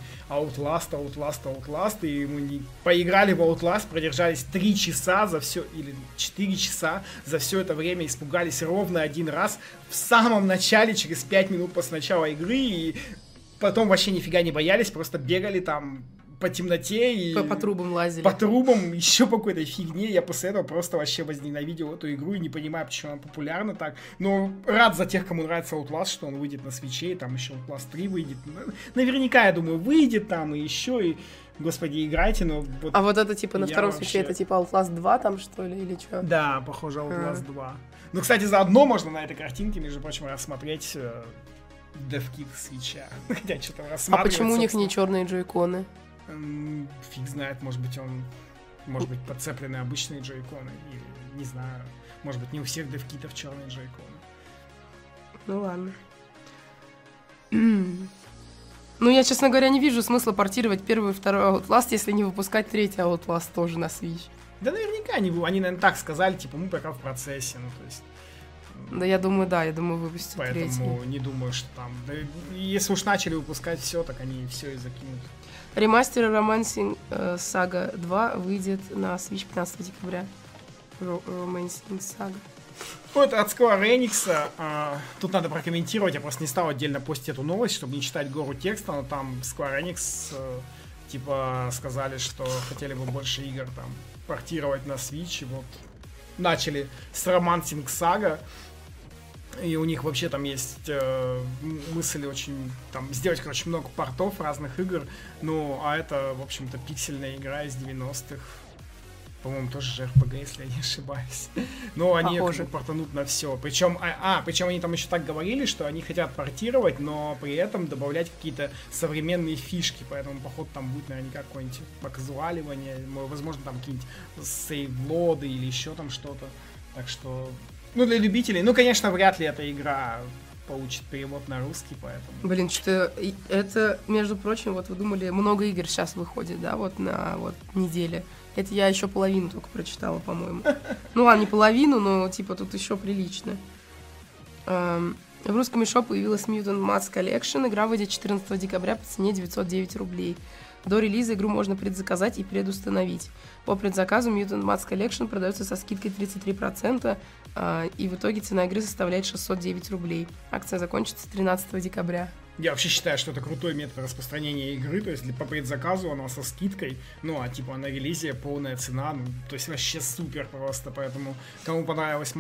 A: Outlast, и мы не поиграли в Outlast, продержались 3 часа за все, или 4 часа за все это время, испугались ровно один раз в самом начале, через 5 минут после начала игры, и потом вообще нифига не боялись, просто бегали там по темноте и...
B: По трубам лазили.
A: По трубам, еще по какой-то фигне. Я после этого просто вообще возненавидел эту игру и не понимаю, почему она популярна так. Но рад за тех, кому нравится Outlast, что он выйдет на свитче, и там еще Outlast 3 выйдет. Наверняка, я думаю, выйдет там и еще, и... Господи, играйте, но... Вот
B: а вот это, типа, на втором свитче, это, типа, Outlast 2 там, что ли, или что?
A: Да, похоже, Outlast 2. Ну, кстати, заодно можно на этой картинке, между прочим, рассмотреть DevKit свитча. Хотя что-то рассматривать.
B: А почему у них не черные джойконы?
A: Фиг знает, может быть, подцеплены обычные джойконы. Не знаю. Может быть, не у всех девкитов черные джойконы.
B: Ну ладно. Ну, я, честно говоря, не вижу смысла портировать первый и второй Outlast, если не выпускать третий Outlast тоже на Switch.
A: Да наверняка они, наверное, так сказали, типа, мы пока в процессе, ну, то есть...
B: Да, я думаю, выпустят
A: поэтому
B: третий.
A: Поэтому не думаю, что там... Да, если уж начали выпускать все, так они все и закинут.
B: Ремастер Romancing Saga 2 выйдет на Switch 15 декабря. Romancing Saga.
A: Вот от Square Enix. Тут надо прокомментировать. Я просто не стал отдельно постить эту новость, чтобы не читать гору текста, но там Square Enix типа сказали, что хотели бы больше игр там портировать на Switch. И вот начали с Romancing Saga. И у них вообще там есть мысль очень там сделать, короче, много портов разных игр. Ну, а это, в общем-то, пиксельная игра из 90-х. По-моему, тоже же RPG, если я не ошибаюсь. Но они как бы портанут на все. Причем они там еще так говорили, что они хотят портировать, но при этом добавлять какие-то современные фишки. Поэтому, походу, там будет наверняка какое-нибудь показуаливание, возможно, там какие-нибудь сейв-лоды или еще там что-то. Так что... Ну, для любителей, ну, конечно, вряд ли эта игра получит перевод на русский, поэтому...
B: Блин, что это, между прочим, вот вы думали, много игр сейчас выходит, да, вот на вот неделе. Это я еще половину только прочитала, по-моему. Ну ладно, не половину, но типа тут еще прилично. В русском eShop появилась Mutant Mats Collection. Игра выйдет 14 декабря по цене 909 рублей. До релиза игру можно предзаказать и предустановить. По предзаказу Mutant Mats Collection продается со скидкой 33%, и в итоге цена игры составляет 609 рублей. Акция закончится 13 декабря.
A: Я вообще считаю, что это крутой метод распространения игры, то есть по предзаказу она со скидкой, ну, а типа на релизе полная цена, ну, то есть вообще супер просто, поэтому кому понравилось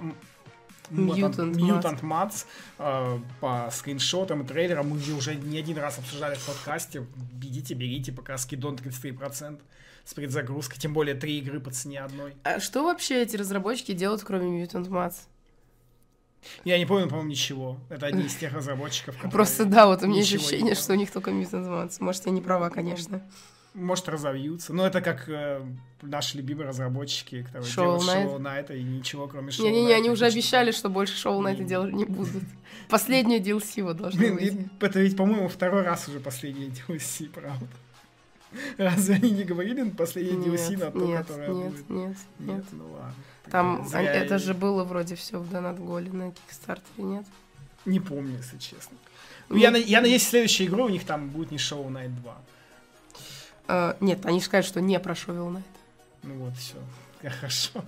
A: Mutant Mats по скриншотам и трейлерам, мы уже не один раз обсуждали в подкасте, берите, пока скидон 33% с предзагрузкой, тем более 3 игры по цене одной.
B: А что вообще эти разработчики делают, кроме Mutant Mats?
A: Я не помню, по-моему, ничего. Это одни из тех разработчиков, которые...
B: Просто да, вот у меня есть ощущение, что у них только Mutant Mats. Может, я не права, конечно.
A: Может, разовьются. Но это как наши любимые разработчики, которые делают Shovel Knight и ничего, кроме Shovel Knight.
B: Не-не-не, они уже обещали, что больше Shovel Knight делать не будут. Последнее DLC вот должно выйти.
A: Это ведь, по-моему, второй раз уже последнее DLC, правда. Разве они не говорили последнее DLC на то, которое будет?
B: Нет.
A: Ну ладно.
B: Там это же было вроде все в Донат-голе на Кикстартере, нет?
A: Не помню, если честно. Я надеюсь, в следующей игре у них там будет не Shovel Knight 2.
B: Нет, они же скажут, что не про Shovel Knight.
A: Ну вот, все. Хорошо.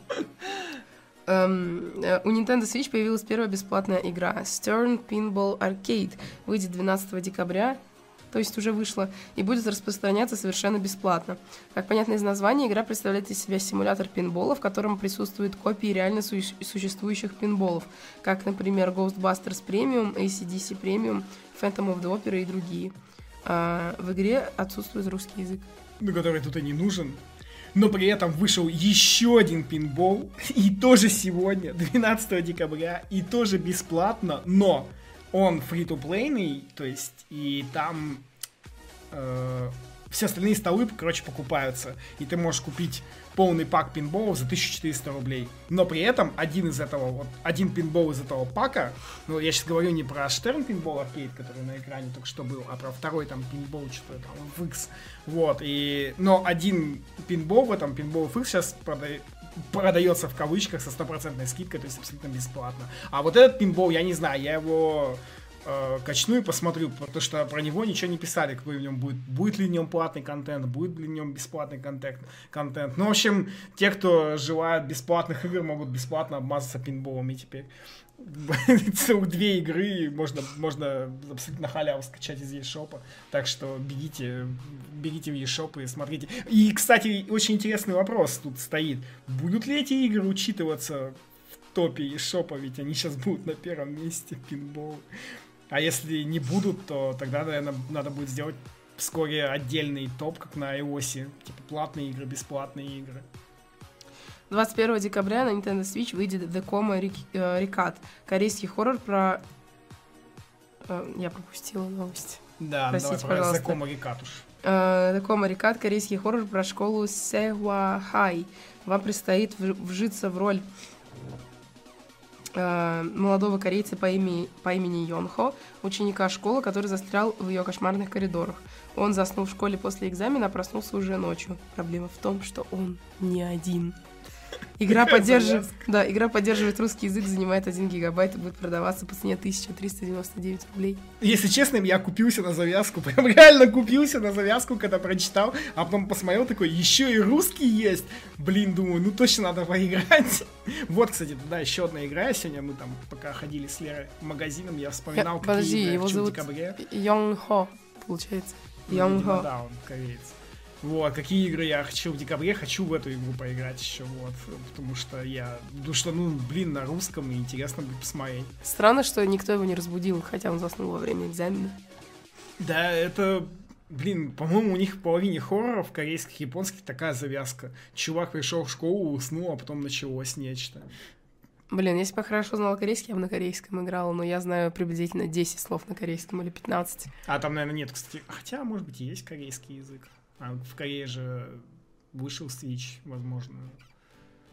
B: У Nintendo Switch появилась первая бесплатная игра Stern Pinball Arcade. Выйдет 12 декабря, то есть уже вышла, и будет распространяться совершенно бесплатно. Как понятно из названия, игра представляет из себя симулятор пинбола, в котором присутствуют копии реально существующих пинболов, как, например, Ghostbusters Premium, AC/DC Premium, Phantom of the Opera и другие. В игре отсутствует русский язык.
A: Ну, который тут и не нужен. Но при этом вышел еще один пинбол, и тоже сегодня, 12 декабря, и тоже бесплатно, но он фри-то-плейный, то есть, и там все остальные столы, короче, покупаются, и ты можешь купить полный пак пинболов за 1400 рублей. Но при этом один пинбол из этого пака, ну, я сейчас говорю не про Stern Pinball Arcade, который на экране только что был, а про второй там пинбол, что-то там, FX. Вот, но один пинбол в этом, пинбол FX сейчас продается в кавычках со 100% скидкой, то есть абсолютно бесплатно. А вот этот пинбол, я не знаю, я его качну и посмотрю, потому что про него ничего не писали, какой в нем будет ли в нем платный контент, будет ли в нем бесплатный контент. Ну, в общем, те, кто желает бесплатных игр, могут бесплатно обмазаться пинболами теперь. Целых 2 игры можно абсолютно халяву скачать из eShop. Так что бегите в eShop и смотрите. И, кстати, очень интересный вопрос тут стоит. Будут ли эти игры учитываться в топе eShop? Ведь они сейчас будут на первом месте, пинболы. А если не будут, то тогда, наверное, надо будет сделать вскоре отдельный топ, как на iOS. Типа платные игры, бесплатные игры.
B: 21 декабря на Nintendo Switch выйдет The Coma Recad. Корейский хоррор про... Я пропустила новость.
A: Да,
B: простите,
A: давай про The
B: пожалуйста.
A: Coma Recad уж.
B: The Coma Recad, корейский хоррор про школу Sehwa High. Вам предстоит вжиться в роль молодого корейца по имени Йонхо, ученика школы, который застрял в ее кошмарных коридорах. Он заснул в школе после экзамена, а проснулся уже ночью. Проблема в том, что он не один. Игра поддерживает русский язык, занимает 1 гигабайт и будет продаваться по цене 1399 рублей.
A: Если честно, я купился на завязку, прям реально купился на завязку, когда прочитал, а потом посмотрел такой, еще и русский есть. Блин, думаю, ну точно надо поиграть. Вот, кстати, да, еще одна игра. Сегодня мы там, пока ходили с Лерой магазином, я вспоминал, какие игры в декабре.
B: Йонхо, получается. Йонхо.
A: Да, он кореец. Вот, какие игры я хочу в декабре, хочу в эту игру поиграть еще, вот, потому что на русском, и интересно будет посмотреть.
B: Странно, что никто его не разбудил, хотя он заснул во время экзамена.
A: Да, это, по-моему, у них в половине хорроров, корейских, японских, такая завязка. Чувак пришел в школу, уснул, а потом началось нечто.
B: Если бы я хорошо знала корейский, я бы на корейском играла, но я знаю приблизительно 10 слов на корейском или 15.
A: А там, наверное, нет, кстати, хотя, может быть, и есть корейский язык. А в Корее же вышел Switch, возможно.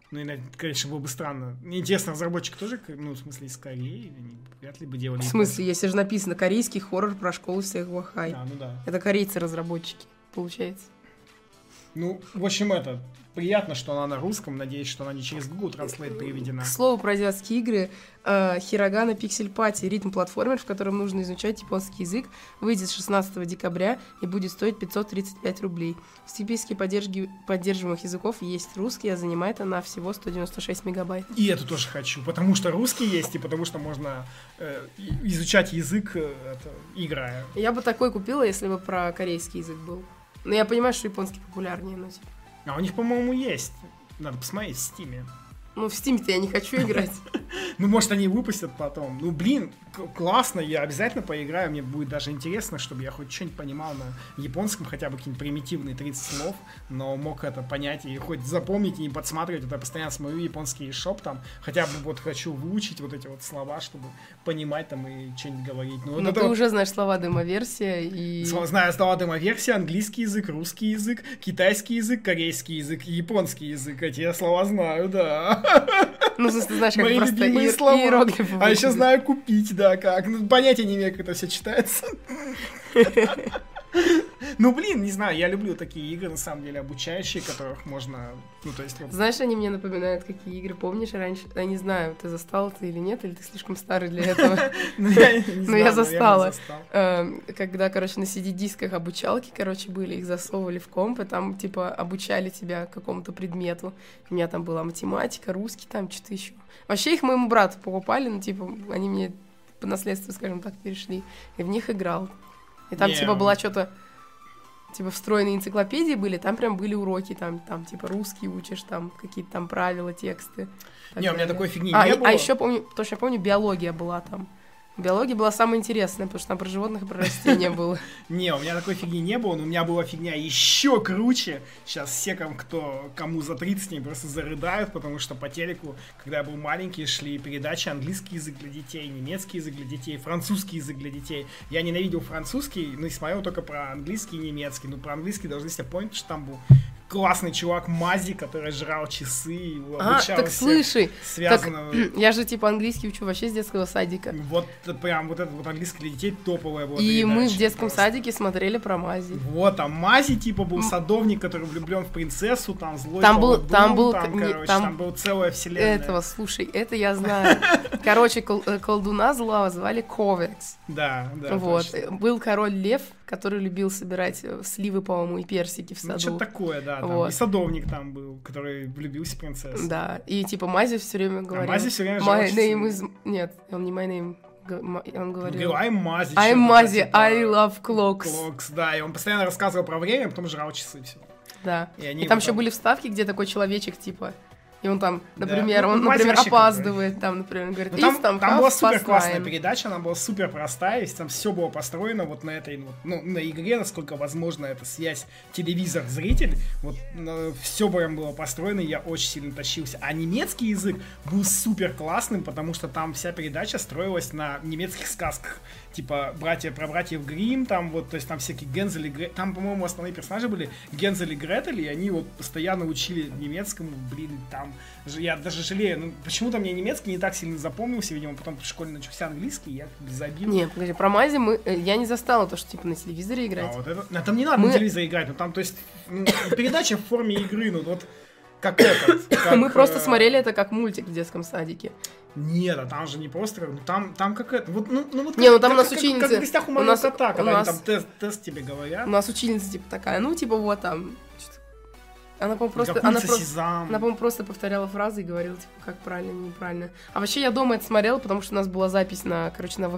A: Ну, и, конечно, было бы странно. Интересно, разработчик тоже, ну, в смысле, из Кореи? Они вряд ли бы делали...
B: В смысле, если же написано корейский хоррор про школу всех Вахай.
A: Да, ну да.
B: Это корейцы-разработчики, получается.
A: Ну, в общем, приятно, что она на русском. Надеюсь, что она не через Google Translate переведена.
B: К слову про азиатские игры, Хирогана Пиксель Пати, ритм-платформер, в котором нужно изучать японский язык, выйдет 16 декабря и будет стоить 535 рублей. В списке поддерживаемых языков есть русский, а занимает она всего 196 мегабайт.
A: И эту тоже хочу, потому что русский есть, и потому что можно изучать язык, играя.
B: Я бы такой купила, если бы про корейский язык был. Но я понимаю, что японский популярнее, но типа...
A: А у них, по-моему, есть. Надо посмотреть в Стиме.
B: Ну, в Стиме-то я не хочу играть.
A: Ну, может, они выпустят потом. Ну, блин, классно, я обязательно поиграю. Мне будет даже интересно, чтобы я хоть что-нибудь понимал на японском, хотя бы какие-нибудь примитивные 30 слов, но мог это понять и хоть запомнить и не подсматривать. Вот я постоянно смотрю японский шоп там, хотя бы вот хочу выучить вот эти вот слова, чтобы понимать там и что-нибудь говорить.
B: Ну, ты уже знаешь слова демоверсия и...
A: Знаю слова демоверсия, английский язык, русский язык, китайский язык, корейский язык, японский язык. Эти я слова знаю, да.
B: Ну, ты знаешь, как
A: мои
B: просто
A: любимые слова.
B: иероглифы.
A: А еще знаю купить, да, как. Ну, понятия не имею, как это все читается. Ну, блин, не знаю, я люблю такие игры, на самом деле, обучающие, которых можно, ну, то есть... Вот...
B: Знаешь, они мне напоминают, какие игры, помнишь, раньше, я не знаю, ты застал это или нет, или ты слишком старый для этого.
A: Ну, я
B: застала. Когда, короче, на CD-дисках обучалки, короче, были, их засовывали в комп, и там, типа, обучали тебя какому-то предмету. У меня там была математика, русский, там что-то еще. Вообще их моему брату покупали, ну, типа, они мне по наследству, скажем так, перешли, и в них играл. И там, типа, была что-то, типа, встроенные энциклопедии были, там прям были уроки, там типа, русский учишь, там, какие-то там правила, тексты.
A: Не, у меня такой фигни не было.
B: А еще помню, точно помню, биология была там. Биология была самая интересная, потому что там про животных и про растения было.
A: Не, у меня такой фигни не было, но у меня была фигня еще круче. Сейчас все, кому за 30, они просто зарыдают, потому что по телеку, когда я был маленький, шли передачи английский язык для детей, немецкий язык для детей, французский язык для детей. Я ненавидел французский, но и смотрел только про английский и немецкий. Ну, про английский должны себе понять, что там был классный чувак Мази, который жрал часы и обучал
B: так слыши,
A: связанного...
B: так, я же типа английский учу вообще с детского садика.
A: Вот прям вот это вот английский для детей топовая была
B: И
A: передача.
B: мы в детском садике смотрели про Мази.
A: Вот, там Мази типа был садовник, который влюблен в принцессу, там злой
B: там был
A: целая вселенная.
B: Этого, слушай, это я знаю. Короче, колдуна злого звали Ковекс.
A: Да,
B: вот.
A: Точно.
B: Был король лев, который любил собирать сливы, по-моему, и персики в саду.
A: Ну, что-то такое, да. Там
B: вот.
A: И садовник там был, который влюбился в принцессу.
B: Да, и типа Мази все время говорил.
A: Мази все время
B: My name is... Нет, он не my name. Он говорил...
A: I'm Мази.
B: I'm Мази, I love clocks.
A: Clocks, да, и он постоянно рассказывал про время, а потом жрал часы все.
B: Да. И там еще были вставки, где такой человечек, типа... И он там, например,
A: да.
B: он, например, опаздывает, там, например, говорит,
A: там была супер классная передача, она была супер простая, и там все было построено вот на этой, ну, на игре, насколько возможно, эта связь телевизор-зритель, вот все прям было построено, и я очень сильно тащился. А немецкий язык был супер классным, потому что там вся передача строилась на немецких сказках, типа про братьев Гримм, там вот, то есть там всякие Гензель и Гретель, там, по-моему, основные персонажи были Гензель и Гретель, и они вот постоянно учили немецкому, блин, там, я даже жалею, ну, почему-то мне немецкий не так сильно запомнился, видимо, потом в школе начался английский, я забил.
B: Не, погоди, про Мази я не застала то, что, типа, на телевизоре играть.
A: А вот это, там не надо на телевизоре играть, но там, то есть, передача в форме игры, ну, вот, как этот.
B: Мы просто смотрели это как мультик в детском садике.
A: Нет, а там же не просто, там как это, вот, ну вот.
B: Не, ну там у нас ученица.
A: Как в гостях у моего кота, когда они там тест тебе говорят.
B: У нас ученица, типа, такая, ну, типа, вот там. Она, по-моему, просто повторяла фразы и говорила, типа, как правильно, неправильно. А вообще я дома это смотрела, потому что у нас была запись на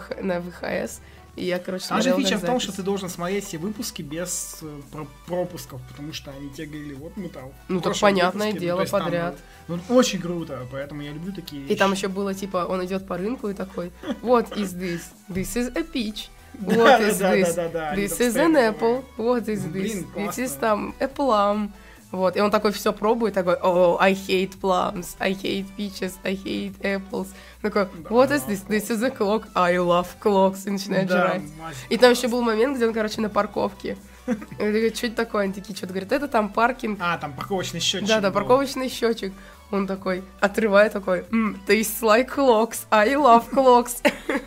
B: ВХС. И я, смотрела.
A: Там же фича в том, что ты должен смотреть все выпуски без пропусков, потому что они тебе говорили, вот мы там.
B: Ну, так понятное дело, подряд.
A: Ну, очень круто, поэтому я люблю такие вещи.
B: И там еще было, типа, он идет по рынку и такой, what is this? This is a peach. What is this? This is an apple. What is this? This is там a plum. Вот, и он такой все пробует, такой, oh, I hate plums, I hate peaches, I hate apples. Такой, what is this? This is a clock, I love clocks. И начинает жрать. И там еще был момент, где он, короче, на парковке. И он говорит, что это такое? Они такие, что-то говорят, это там паркинг.
A: А, там парковочный счетчик.
B: Да, парковочный счетчик. Он такой, отрывает такой, tastes like clocks, I love clocks.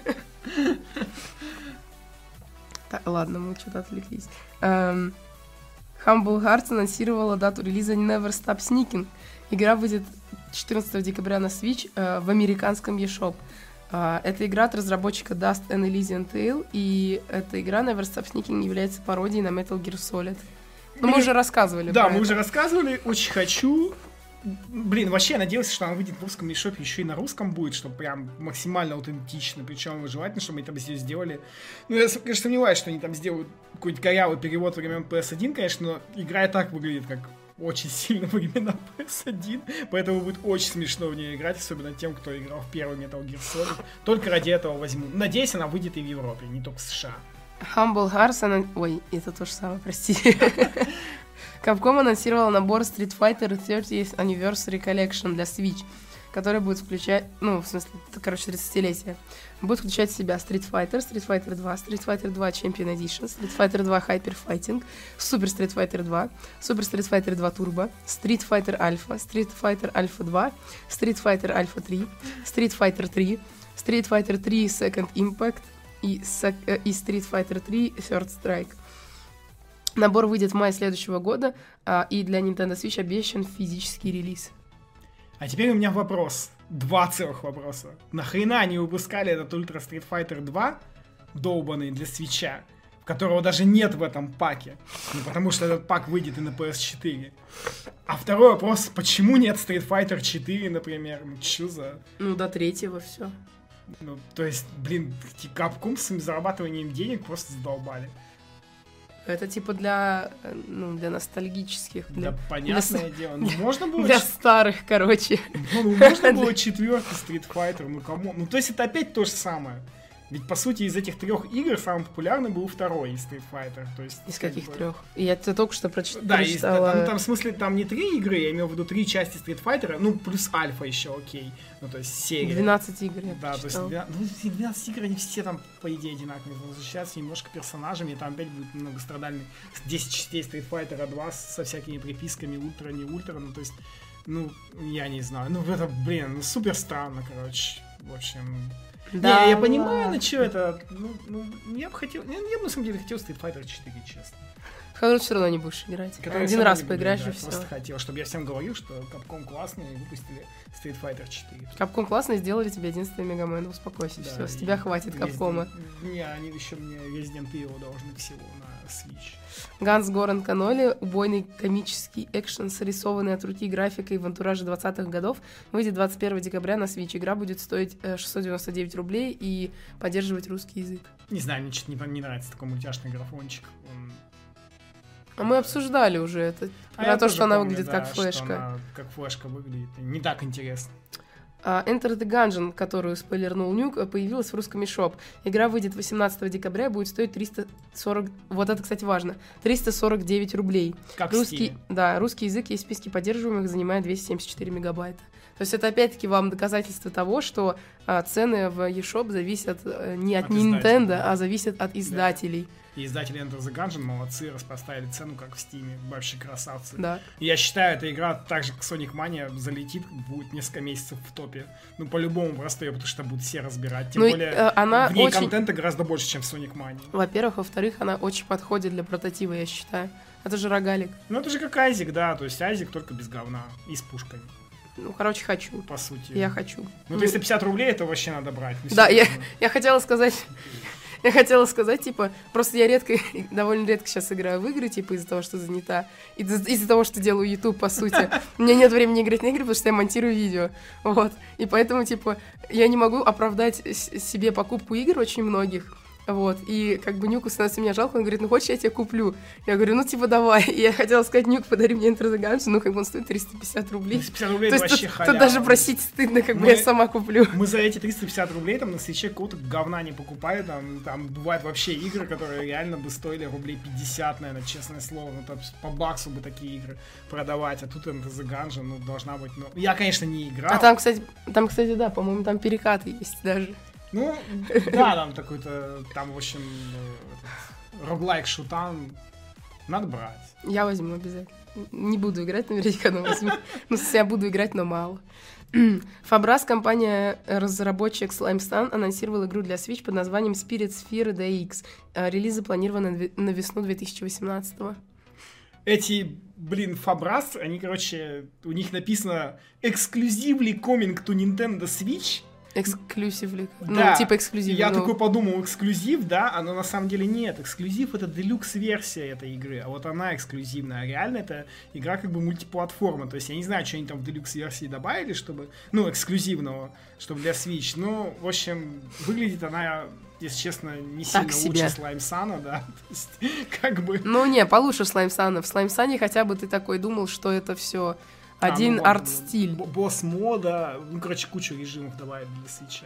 B: Ладно, мы что-то отвлеклись. Humble Hearts анонсировала дату релиза Never Stop Sneaking. Игра выйдет 14 декабря на Switch в американском eShop. Это игра от разработчика Dust and Elysian Tale, и эта игра Never Stop Sneaking является пародией на Metal Gear Solid. Но мы уже рассказывали.
A: Да, мы уже рассказывали, очень хочу. Блин, вообще я надеялся, что она выйдет в русском eShop, еще и на русском будет, чтобы прям максимально аутентично, причем желательно, чтобы они там здесь сделали. Ну, я, конечно, сомневаюсь, что они там сделают какой-нибудь корявый перевод времен PS1, конечно, но игра и так выглядит как очень сильно времена PS1, поэтому будет очень смешно в нее играть, особенно тем, кто играл в первый Metal Gear Solid. Только ради этого возьму. Надеюсь, она выйдет и в Европе, не только в США.
B: Humble Hearts, она... Ой, это то же самое, прости. Capcom анонсировала набор Street Fighter 30th Anniversary Collection для Switch, который будет включать, ну, в смысле, короче, 30-летие. Будет включать в себя Street Fighter 2, Street Fighter 2 Champion Edition, Street Fighter 2 Hyper Fighting, Super Street Fighter 2, Super Street Fighter 2 Turbo, Street Fighter Alpha, Street Fighter Alpha 2, Street Fighter Alpha 3, Street Fighter 3, Street Fighter 3 Second Impact и Street Fighter 3 Third Strike. Набор выйдет в мае следующего года, и для Nintendo Switch обещан физический релиз.
A: А теперь у меня вопрос. 2 целых вопроса. Нахрена они выпускали этот Ultra Street Fighter 2, долбанный для Switch'а, которого даже нет в этом паке? Ну, потому что этот пак выйдет и на PS4. А второй вопрос, почему нет Street Fighter 4, например? Ну, чё за...
B: Ну, до 3-го все.
A: Ну, то есть, блин, Capcom с своим зарабатыванием денег просто задолбали.
B: Это типа для ностальгических.
A: Да, понятное дело. Ну, можно было...
B: Для старых, короче.
A: Ну, можно было 4-й Street Fighter, ну, кому? Ну, то есть, это опять то же самое. Ведь, по сути, из этих 3 игр самый популярный был 2-й Street Fighter. То есть,
B: из каких 3? Я это только что прочитала.
A: Да, там, в смысле, там не 3 игры, я имел в виду 3 части Street Fighter, ну, плюс Альфа еще, окей. Ну, то есть, серия.
B: 12 игр я
A: Да, прочитала. То есть, 12 игр, они все там, по идее, одинаковые. Возвращаться немножко персонажами, и там опять будет многострадальный 10 частей Street Fighter 2 со всякими приписками ультра, не ультра, ну, то есть, ну, я не знаю. Ну, это, блин, ну, супер странно, короче. В общем... Да, я понимаю, на что это. Ну, я бы хотел. Я бы на самом деле хотел Street Fighter 4, честно.
B: В который все равно не будешь играть. Один раз поиграешь и все.
A: Просто хотел, чтобы я всем говорил, что Capcom классные и выпустили Street Fighter 4.
B: Capcom классные, сделали тебе 11-й Мегамэн, успокойся, все, с тебя хватит Capcom.
A: Не, они еще мне Resident Evil должны всего на Switch.
B: Ганс Горан Каноли, убойный комический экшен, срисованный от руки графикой в антураже 20-х годов, выйдет 21 декабря на Switch. Игра будет стоить 699 рублей и поддерживать русский язык.
A: Не знаю, мне что-то не нравится такой мультяшный графончик.
B: А мы обсуждали уже это. Про то, что она выглядит как флешка.
A: Что она как флешка выглядит. Не так интересно.
B: Enter the Gungeon, которую спойлернул Нюк, появилась в русском eShop. Игра выйдет 18 декабря и будет стоить 340... Вот это, кстати, важно. 349 рублей.
A: Как
B: русский, да, русский язык есть в списке поддерживаемых, занимает 274 мегабайта. То есть это опять-таки вам доказательство того, что цены в eShop зависят не от Nintendo, а зависят от издателей.
A: Да. И издатели Enter the Gungeon молодцы, распроставили цену, как в Steam. Вообще красавцы.
B: Да.
A: Я считаю, эта игра так же, как Sonic Mania, залетит, будет несколько месяцев в топе. Ну, по-любому просто ее, потому что будут все разбирать. Тем более,
B: она
A: в ней
B: очень...
A: контента гораздо больше, чем в Sonic Mania.
B: Во-первых. Во-вторых, она очень подходит для прототипа, я считаю. Это же рогалик.
A: Ну, это же как Айзик, да. То есть Айзик только без говна и с пушками.
B: Ну, короче, хочу.
A: По сути.
B: Я хочу.
A: Ну, 350 рублей, это вообще надо брать. Ну,
B: да, я хотела сказать... Я хотела сказать, типа, просто я довольно редко сейчас играю в игры, типа, из-за того, что занята, из-за того, что делаю YouTube, по сути. У меня нет времени играть на игры, потому что я монтирую видео, вот. И поэтому, типа, я не могу оправдать себе покупку игр очень многих, вот. И как бы Нюку становится меня жалко, он говорит, ну, хочешь, я тебе куплю? Я говорю, ну, типа, давай. И я хотела сказать, Нюк, подари мне Enter the Gungeon, ну, как бы он стоит 350 рублей.
A: 350 рублей, это вообще халява.
B: Тут даже просить стыдно, как бы я сама куплю.
A: Мы за эти 350 рублей там на Switch'е какого-то говна не покупали, там бывают вообще игры, которые реально бы стоили рублей 50, наверное, честное слово, ну, там по баксу бы такие игры продавать, а тут Enter the Gungeon, ну, должна быть, ну, я, конечно, не играл.
B: А там, кстати, да, по-моему, там перекаты есть даже.
A: Ну, да, там такой-то, там, в общем, роглайк шутан, Надо брать.
B: Я возьму обязательно. Не буду играть наверняка, но возьму. Ну, я буду играть, но мало. Fabras, компания-разработчик Slime Sun, анонсировала игру для Switch под названием Spirit Sphere DX. Релиз запланирован на весну 2018-го.
A: Эти, Fabras, они, короче, у них написано «Exclusively coming to Nintendo Switch».
B: Эксклюзивли.
A: Да.
B: Ну, типа эксклюзив.
A: Я такой подумал, эксклюзив, да, но на самом деле нет. Эксклюзив — это делюкс-версия этой игры, а вот она эксклюзивная. А реально это игра как бы мультиплатформа. То есть я не знаю, что они там в делюкс-версии добавили, чтобы, эксклюзивного, чтобы для Switch. Ну, в общем, выглядит она, если честно, не сильно лучше Slime Sun'а, да. То есть, как бы...
B: Ну, не, получше Slime Sun'а. В Slime Sun'е хотя бы ты такой думал, что это все... Один арт-стиль.
A: Босс-мода, кучу режимов добавить для Switch'а.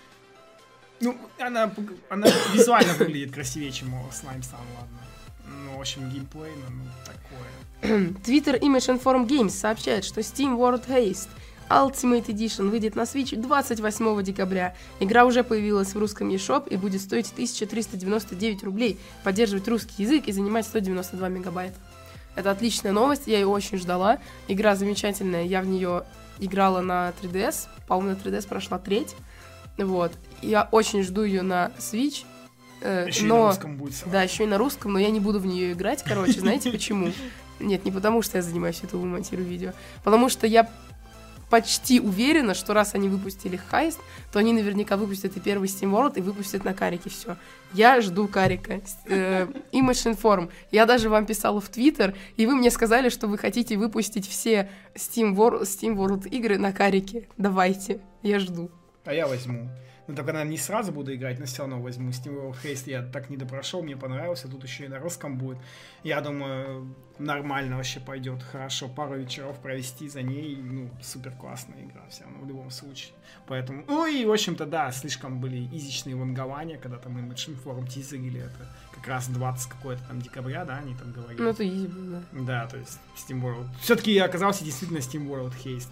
A: Ну, она визуально выглядит красивее, чем у Slime Sun, ладно. Ну, в общем, геймплей, такое.
B: Twitter Image Inform Games сообщает, что Steam World Haste Ultimate Edition выйдет на Switch 28 декабря. Игра уже появилась в русском eShop и будет стоить 1399 рублей, поддерживать русский язык и занимать 192 мегабайта. Это отличная новость, я ее очень ждала. Игра замечательная, я в нее играла на 3DS, по-моему, на 3DS прошла треть. Вот. Я очень жду ее на Switch.
A: Еще и на русском будет.
B: Да, еще и на русском, но я не буду в нее играть, короче, знаете почему? Нет, не потому что я занимаюсь YouTube, монтирую видео. Потому что я почти уверена, что раз они выпустили Heist, то они наверняка выпустят и первый Steam World и выпустят на карике все. Я жду карика. Image Inform. Я даже вам писала в Twitter, и вы мне сказали, что вы хотите выпустить все Steam World игры на карике. Давайте, я жду.
A: А я возьму. Ну, только, наверное, не сразу буду играть, но все равно возьму. Steam World Haste я так не допрошел, мне понравился. Тут еще и на русском будет. Я думаю, нормально вообще пойдет. Хорошо, пару вечеров провести за ней. Ну, супер классная игра все равно, в любом случае. Поэтому, ну и, в общем-то, да, слишком были изичные вангования, когда там Image Inform тизерили это. Как раз 20 какое-то там декабря, да, они там говорили.
B: Ну, это изи было, да.
A: Да, то есть Steam World. Все-таки оказался действительно Steam World Haste.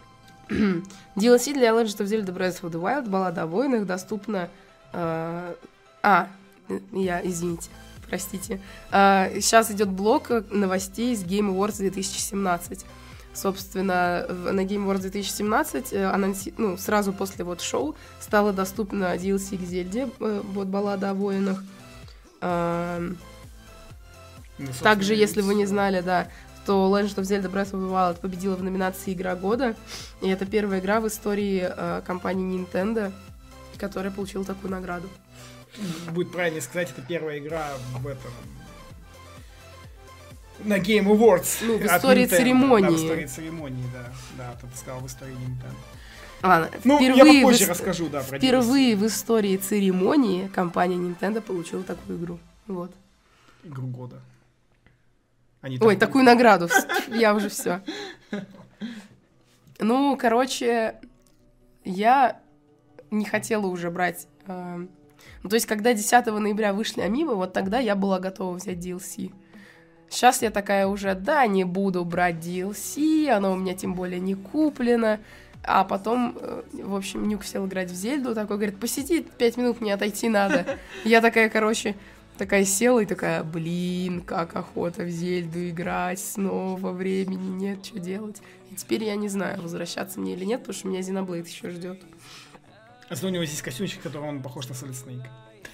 B: DLC для Legend of Zelda Breath of the Wild, баллада о воинах, доступна... Извините, простите. Сейчас идет блок новостей с Game Awards 2017. Собственно, на Game Awards 2017 сразу после шоу стало доступно DLC к Зельде, баллада о воинах. Также, если вы не знали, да, то Legend of Zelda Breath of the Wild победила в номинации «Игра года», и это первая игра в истории компании Nintendo, которая получила такую награду.
A: Будет правильно сказать, это первая игра на Game Awards.
B: Ну, в истории церемонии.
A: Да, в истории церемонии, да, ты сказал, в истории Nintendo.
B: Ладно,
A: я попозже расскажу, да, про
B: впервые в истории церемонии компания Nintendo получила такую игру. Вот.
A: Игру года.
B: Ой, такую награду. Я уже все. Ну, короче, я не хотела уже брать... то есть, когда 10 ноября вышли Амибо, вот тогда я была готова взять DLC. Сейчас я такая уже, да, не буду брать DLC, оно у меня тем более не куплено. А потом, в общем, Нюк сел играть в Зельду, такой говорит, посиди 5 минут, мне отойти надо. Я такая, короче... Такая села и такая, как охота в Зельду играть, снова времени нет, что делать. И теперь я не знаю, возвращаться мне или нет, потому что меня Xenoblade еще ждет.
A: А у него здесь костюмчик, который он похож на Solid Snake.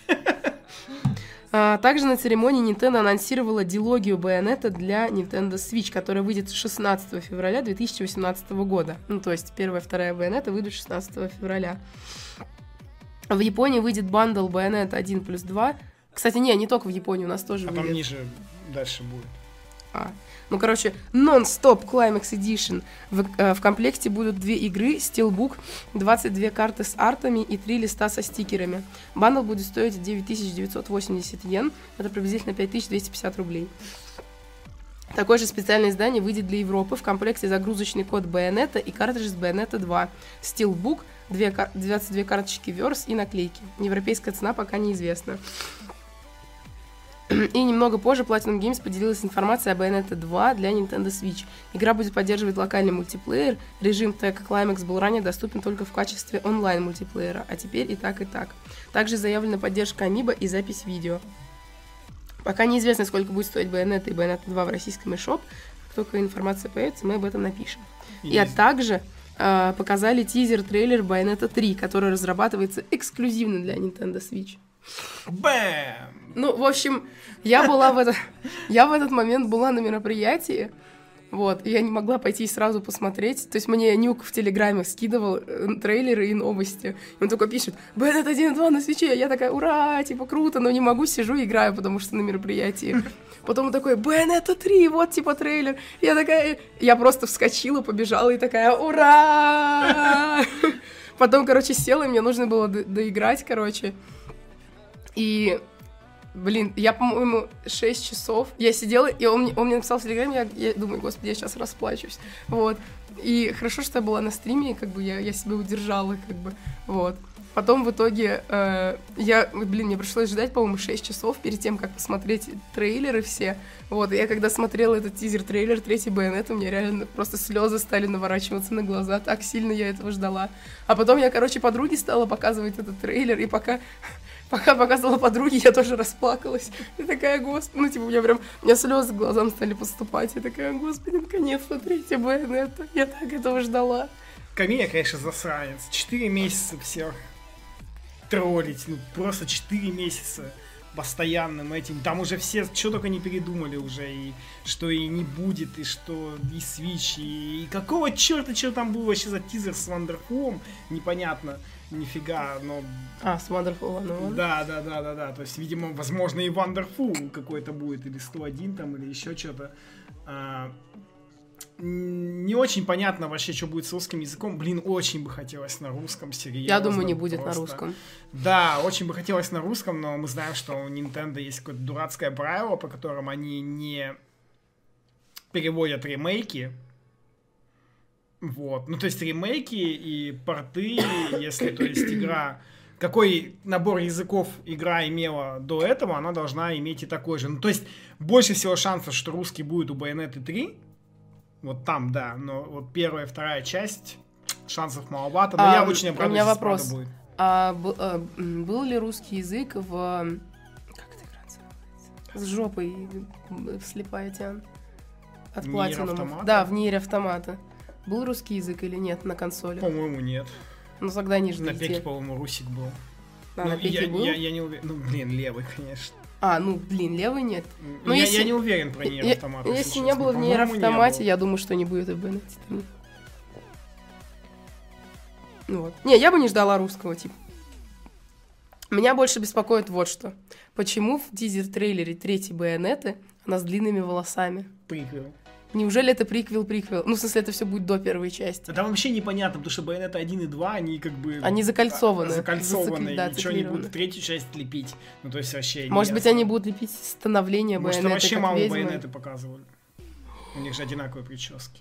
B: Также на церемонии Nintendo анонсировала дилогию Bayonetta для Nintendo Switch, которая выйдет 16 февраля 2018 года. Ну, то есть первая и вторая Bayonetta выйдут 16 февраля. В Японии выйдет бандл Bayonetta 1+2. Кстати, не только в Японии, у нас тоже выйдет.
A: А там ниже дальше будет.
B: Non-Stop Climax Edition. В комплекте будут 2 игры, Steelbook, 22 карты с артами и 3 листа со стикерами. Бандл будет стоить 9980 йен, это приблизительно 5250 рублей. Такое же специальное издание выйдет для Европы. В комплекте загрузочный код Bayonetta и картридж с Bayonetta 2. Steelbook, 22 карточки Verse и наклейки. Европейская цена пока неизвестна. И немного позже Platinum Games поделилась информацией об Bayonetta 2 для Nintendo Switch. Игра будет поддерживать локальный мультиплеер. Режим Tech Climax был ранее доступен только в качестве онлайн-мультиплеера, а теперь и так, и так. Также заявлена поддержка Amiibo и запись видео. Пока неизвестно, сколько будет стоить Bayonetta и Bayonetta 2 в российском eShop. Как только информация появится, мы об этом напишем. И также показали тизер-трейлер Bayonetta 3, который разрабатывается эксклюзивно для Nintendo Switch.
A: Бэм!
B: Ну, в общем, я в этот момент была на мероприятии, вот, и я не могла пойти сразу посмотреть. То есть мне Нюк в Телеграме скидывал трейлеры и новости. И он такой пишет: Bayonetta 1 и 2 на свитче. Я такая: ура, типа, круто, но не могу, сижу, играю, потому что на мероприятии. Потом он такой: Bayonetta 3, вот, типа, трейлер. Я просто вскочила, побежала и такая: ура! Потом, короче, села, и мне нужно было доиграть, короче. И... Блин, я, по-моему, 6 часов, я сидела, и он мне написал в Телеграме, я думаю, господи, я сейчас расплачусь, вот. И хорошо, что я была на стриме, и как бы я себя удержала, как бы, вот. Потом в итоге мне пришлось ждать, по-моему, 6 часов перед тем, как посмотреть трейлеры все, вот. И я когда смотрела этот тизер-трейлер третий Bayonetta, у меня реально просто слезы стали наворачиваться на глаза, так сильно я этого ждала. А потом я, короче, подруге стала показывать этот трейлер, и пока показывала подруге, я тоже расплакалась. И такая: господи, ну, типа, у меня слезы к глазам стали поступать. Я такая: господи, наконец-то третья Bayonetta. Я так этого ждала.
A: Камия, конечно, засранец. 4 месяца всех троллить. Ну, просто 4 месяца постоянным этим. Там уже все что только не передумали уже. И что и не будет, и что и Switch, и какого черта, что там было вообще за тизер с Wonderful, непонятно. Нифига, но...
B: с Wonderful, ну...
A: Да. То есть, видимо, возможно, и Wonderful какой-то будет, или 101 там, или еще что-то. Не очень понятно вообще, что будет с русским языком. Блин, очень бы хотелось на русском, серьезно.
B: Я думаю, не будет просто на русском.
A: Да, очень бы хотелось на русском, но мы знаем, что у Nintendo есть какое-то дурацкое правило, по которому они не переводят ремейки. Вот, ну то есть ремейки и порты, если, то есть, игра, какой набор языков игра имела до этого, она должна иметь и такой же. Ну то есть больше всего шансов, что русский будет у Bayonetta 3, вот там, да, но вот первая и вторая часть шансов маловато, но я очень обрадуюсь,
B: у меня вопрос.
A: Будет.
B: Был ли русский язык в... Как это игра называется? С жопой слепая тян. От Platinum. Да, в Нире Автомата. Был русский язык или нет на консоли?
A: По-моему, нет.
B: Ну, тогда не ждите.
A: На пеке, по-моему, русик был.
B: На пеке был?
A: Я не уверен. Ну, блин, левый, конечно.
B: Левый нет.
A: Но я не уверен про Нир Автомат.
B: Если не было в Нир Автомате, я думаю, что не будет в Bayonetta 3. Вот. Не, я бы не ждала русского, типа. Меня больше беспокоит вот что. Почему в тизер-трейлере третьей Bayonetta она с длинными волосами?
A: Приквел.
B: Неужели это приквел? Ну, в смысле, это все будет до первой части.
A: Это вообще непонятно, потому что Bayonetta 1 и 2, они как бы...
B: Они закольцованы.
A: Ничего не будут в третью часть лепить. Ну, то есть вообще...
B: Может быть, они будут лепить становление Bayonetta.
A: Может, вообще мало Bayonetta показывали. У них же одинаковые прически.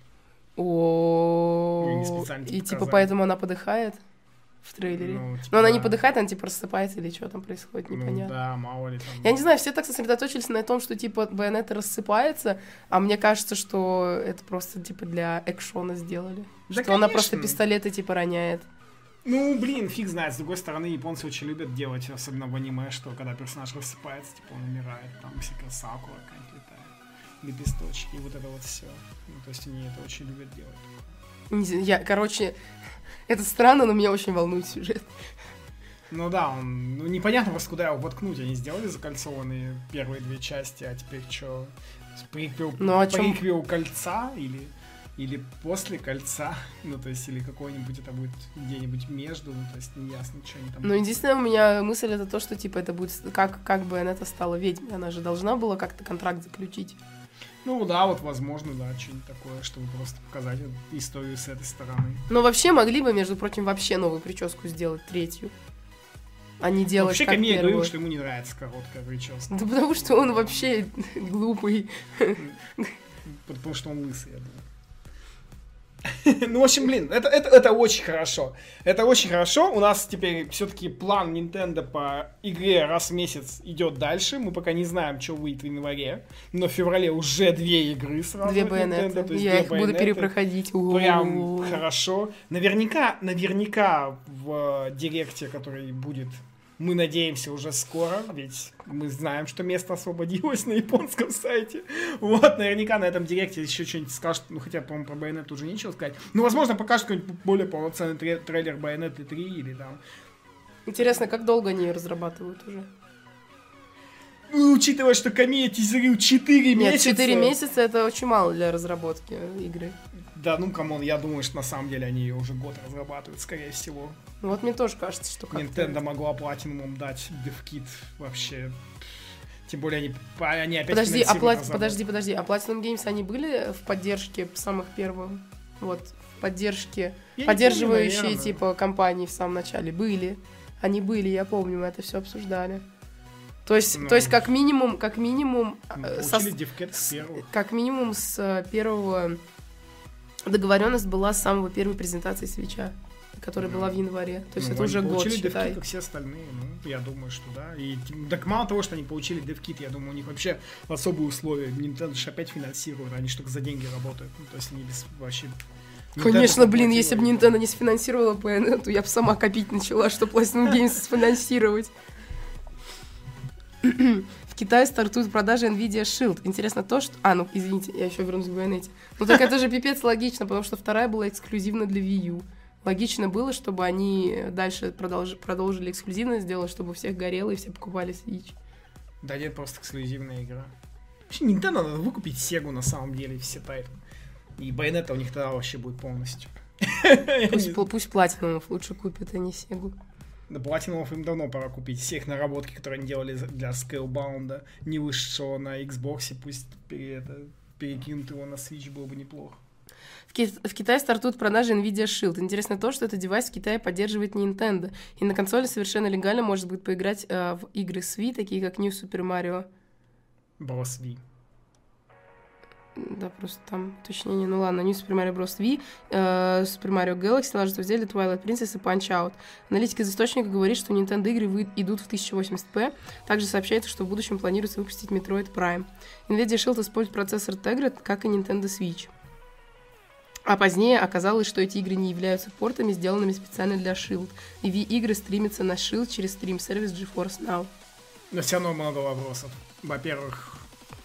B: И типа поэтому она подыхает в трейлере. Но она не подыхает, она типа рассыпается или что там происходит, непонятно.
A: Да, мало ли там.
B: Я не знаю, все так сосредоточились на том, что типа Bayonetta рассыпается, а мне кажется, что это просто типа для экшона сделали. Да, что она просто пистолеты типа роняет.
A: Ну, блин, фиг знает. С другой стороны, японцы очень любят делать, особенно в аниме, что когда персонаж рассыпается, типа он умирает, там всякая сакура какая-нибудь летает, лепесточки и вот это вот все. Ну, то есть они это очень любят делать.
B: Короче, это странно, но меня очень волнует сюжет.
A: Ну да, непонятно просто, куда его воткнуть. Они сделали закольцованные первые 2 части, а теперь что? Приквел кольца или после кольца? Ну, то есть, или какой-нибудь это будет где-нибудь между, ну, то есть, не ясно, что они там...
B: Ну, единственная у меня мысль это то, что, типа, это будет... Как бы Bayonetta стала ведьмой, она же должна была как-то контракт заключить.
A: Ну да, вот возможно, да, что-нибудь такое, чтобы просто показать историю с этой стороны.
B: Но вообще могли бы, между прочим, вообще новую прическу сделать, третью. А не делать
A: вообще,
B: как
A: Камия
B: первую.
A: говорил, что ему не нравится короткая прическа.
B: Да потому что он вообще глупый.
A: Потому что он лысый, я думаю. Ну, в общем, блин, это очень хорошо. Это очень хорошо. У нас теперь все-таки план Nintendo по игре раз в месяц идет дальше. Мы пока не знаем, что выйдет в январе. Но в феврале уже 2 игры сразу.
B: 2 Bayonetta. Я их буду перепроходить.
A: Прям хорошо. Наверняка в директе, который будет мы надеемся уже скоро, ведь мы знаем, что место освободилось на японском сайте. Вот, наверняка на этом директе еще что-нибудь скажут, ну, хотя, по-моему, про Bayonetta уже нечего сказать. Ну, возможно, покажут какой-нибудь более полноценный трейлер Bayonetta 3 или там...
B: Интересно, как долго они ее разрабатывают уже?
A: Ну, учитывая, что Камия тизерил 4 месяца...
B: Нет, 4 месяца это очень мало для разработки игры.
A: Да, ну, камон, я думаю, что на самом деле они ее уже год разрабатывают, скорее всего.
B: Ну, вот мне тоже кажется, что как-то...
A: Nintendo могла Platinum дать DevKit вообще... Тем более они опять
B: Подожди,
A: финансируют
B: а Platinum Games, они были в поддержке самых первых? Вот, в поддержке...
A: Я
B: Поддерживающие,
A: не помню,
B: типа, компании в самом начале были. Они были, я помню, мы это все обсуждали. То есть, как минимум,
A: получили DevKit с первого.
B: как минимум с первого договоренность была с самой первой презентации Свитча, которая была в январе. То есть это уже год, считай.
A: Получили DevKit, как все остальные, ну, я думаю, что да. И так мало того, что они получили DevKit, я думаю, у них вообще особые условия. Nintendo же опять финансирует, они же только за деньги работают. Ну, то есть они без вообще...
B: Конечно, блин, если бы Nintendo не сфинансировала Bayonetta, то я бы сама копить начала, чтобы Platinum Games сфинансировать. В Китае стартуют продажи Nvidia Shield. Интересно то, что... ну, извините, я еще вернусь к Bayonetta. Ну, так это же пипец логично, потому что вторая была эксклюзивна для Wii U. Логично было, чтобы они дальше продолжили эксклюзивность, сделали, чтобы у всех горело и все покупали Switch.
A: Да нет, просто эксклюзивная игра. Вообще, Nintendo надо выкупить Sega на самом деле, все тайтлы. И Bayonetta у них тогда вообще будет полностью.
B: Пусть Platinum лучше купит, а не Sega.
A: Да, Platinum им давно пора купить. Все их наработки, которые они делали для Scalebound, не вышедшего на Xbox, пусть перекинут его на Switch, было бы неплохо.
B: В Китае стартуют продажи Nvidia Shield. Интересно то, что этот девайс в Китае поддерживает Nintendo. И на консоли совершенно легально можно будет поиграть в игры с Wii, такие как New Super Mario
A: Bros. Wii.
B: Да, просто там уточнение. Ну ладно, New Super Mario Bros. Wii, Super Mario Galaxy, Legend of Zelda, Twilight Princess и Punch-Out. Аналитик из источника говорит, что Nintendo игры идут в 1080p. Также сообщается, что в будущем планируется выпустить Metroid Prime. Nvidia Shield использует процессор Tegra, как и Nintendo Switch. А позднее оказалось, что эти игры не являются портами, сделанными специально для Shield. И Wii-игры стримятся на Shield через стрим-сервис GeForce Now.
A: Но все равно много вопросов. Во-первых,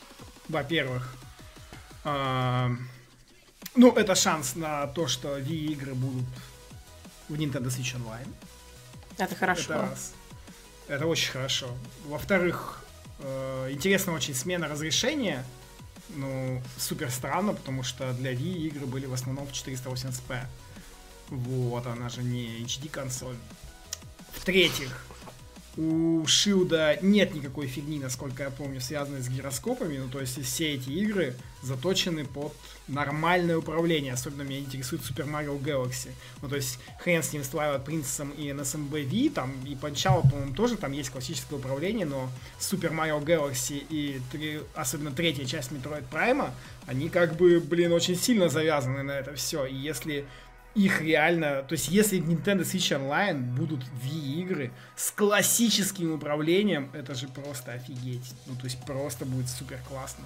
A: ну, это шанс на то, что Wii-игры будут в Nintendo Switch Online.
B: Это хорошо.
A: Это раз. Это очень хорошо. Во-вторых, интересно очень смена разрешения. Ну, супер странно, потому что для Wii игры были в основном в 480p. Вот, она же не HD-консоль. В-третьих, у Шилда нет никакой фигни, насколько я помню, связанной с гироскопами. Ну, то есть все эти игры заточены под нормальное управление. Особенно меня интересует Super Mario Galaxy. Ну, то есть хрен с ним, с Twilight Princess и NSMB V, там и Punch-Out, по-моему, тоже там есть классическое управление, но Super Mario Galaxy и особенно третья часть Metroid Prime, они как бы, блин, очень сильно завязаны на это все. И если их реально... То есть, если в Nintendo Switch Online будут Wii-игры с классическим управлением, это же просто офигеть. Ну, то есть, просто будет супер классно.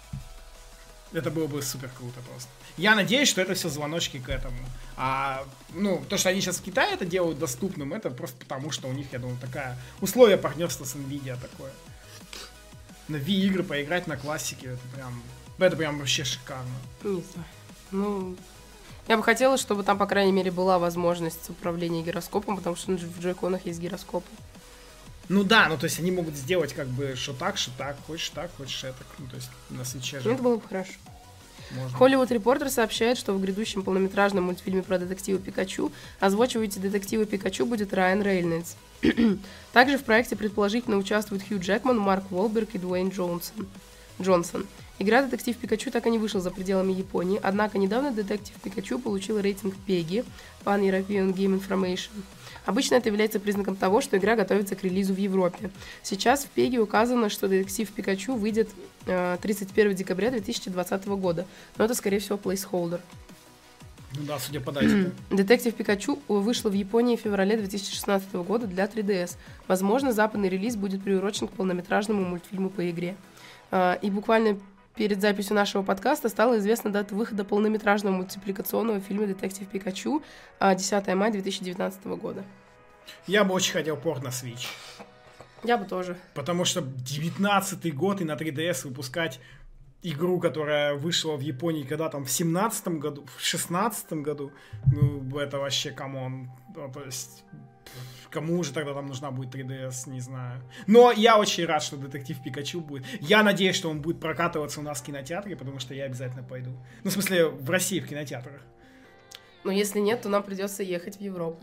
A: Это было бы супер круто просто. Я надеюсь, что это все звоночки к этому. Ну, то, что они сейчас в Китае это делают доступным, это просто потому, что у них, я думаю, такая... Условие партнерства с Nvidia такое. На Wii-игры поиграть на классике, это прям вообще шикарно.
B: Не знаю. Ну... Я бы хотела, чтобы там, по крайней мере, была возможность управления гироскопом, потому что в джойконах есть гироскопы.
A: Ну да, ну то есть они могут сделать как бы что так, хочешь это. Ну то есть на свитче же.
B: Это было бы хорошо.
A: Можно.
B: Hollywood Reporter сообщает, что в грядущем полнометражном мультфильме про детектива Пикачу озвучивать детектива Пикачу будет Райан Рейнольдс. Также в проекте предположительно участвуют Хью Джекман, Марк Уолберг и Дуэйн Джонсон. Игра «Детектив Пикачу» так и не вышла за пределами Японии, однако недавно «Детектив Пикачу» получил рейтинг PEGI, Pan-European Game Information. Обычно это является признаком того, что игра готовится к релизу в Европе. Сейчас в PEGI указано, что «Детектив Пикачу» выйдет 31 декабря 2020 года, но это, скорее всего, placeholder.
A: Ну да, судя по дате.
B: «Детектив Пикачу» вышла в Японии в феврале 2016 года для 3DS. Возможно, западный релиз будет приурочен к полнометражному мультфильму по игре. И буквально перед записью нашего подкаста стала известна дата выхода полнометражного мультипликационного фильма «Детектив Пикачу» 10 мая 2019 года.
A: Я бы очень хотел порт на Switch.
B: Я бы тоже.
A: Потому что 19-й год и на 3DS выпускать игру, которая вышла в Японии когда там в 17-м году, в 16-м году, ну, это вообще камон. Ну, то есть, кому уже тогда там нужна будет 3DS, не знаю. Но я очень рад, что Детектив Пикачу будет. Я надеюсь, что он будет прокатываться у нас в кинотеатре, потому что я обязательно пойду. Ну, в смысле, в России в кинотеатрах.
B: Но если нет, то нам придется ехать в Европу.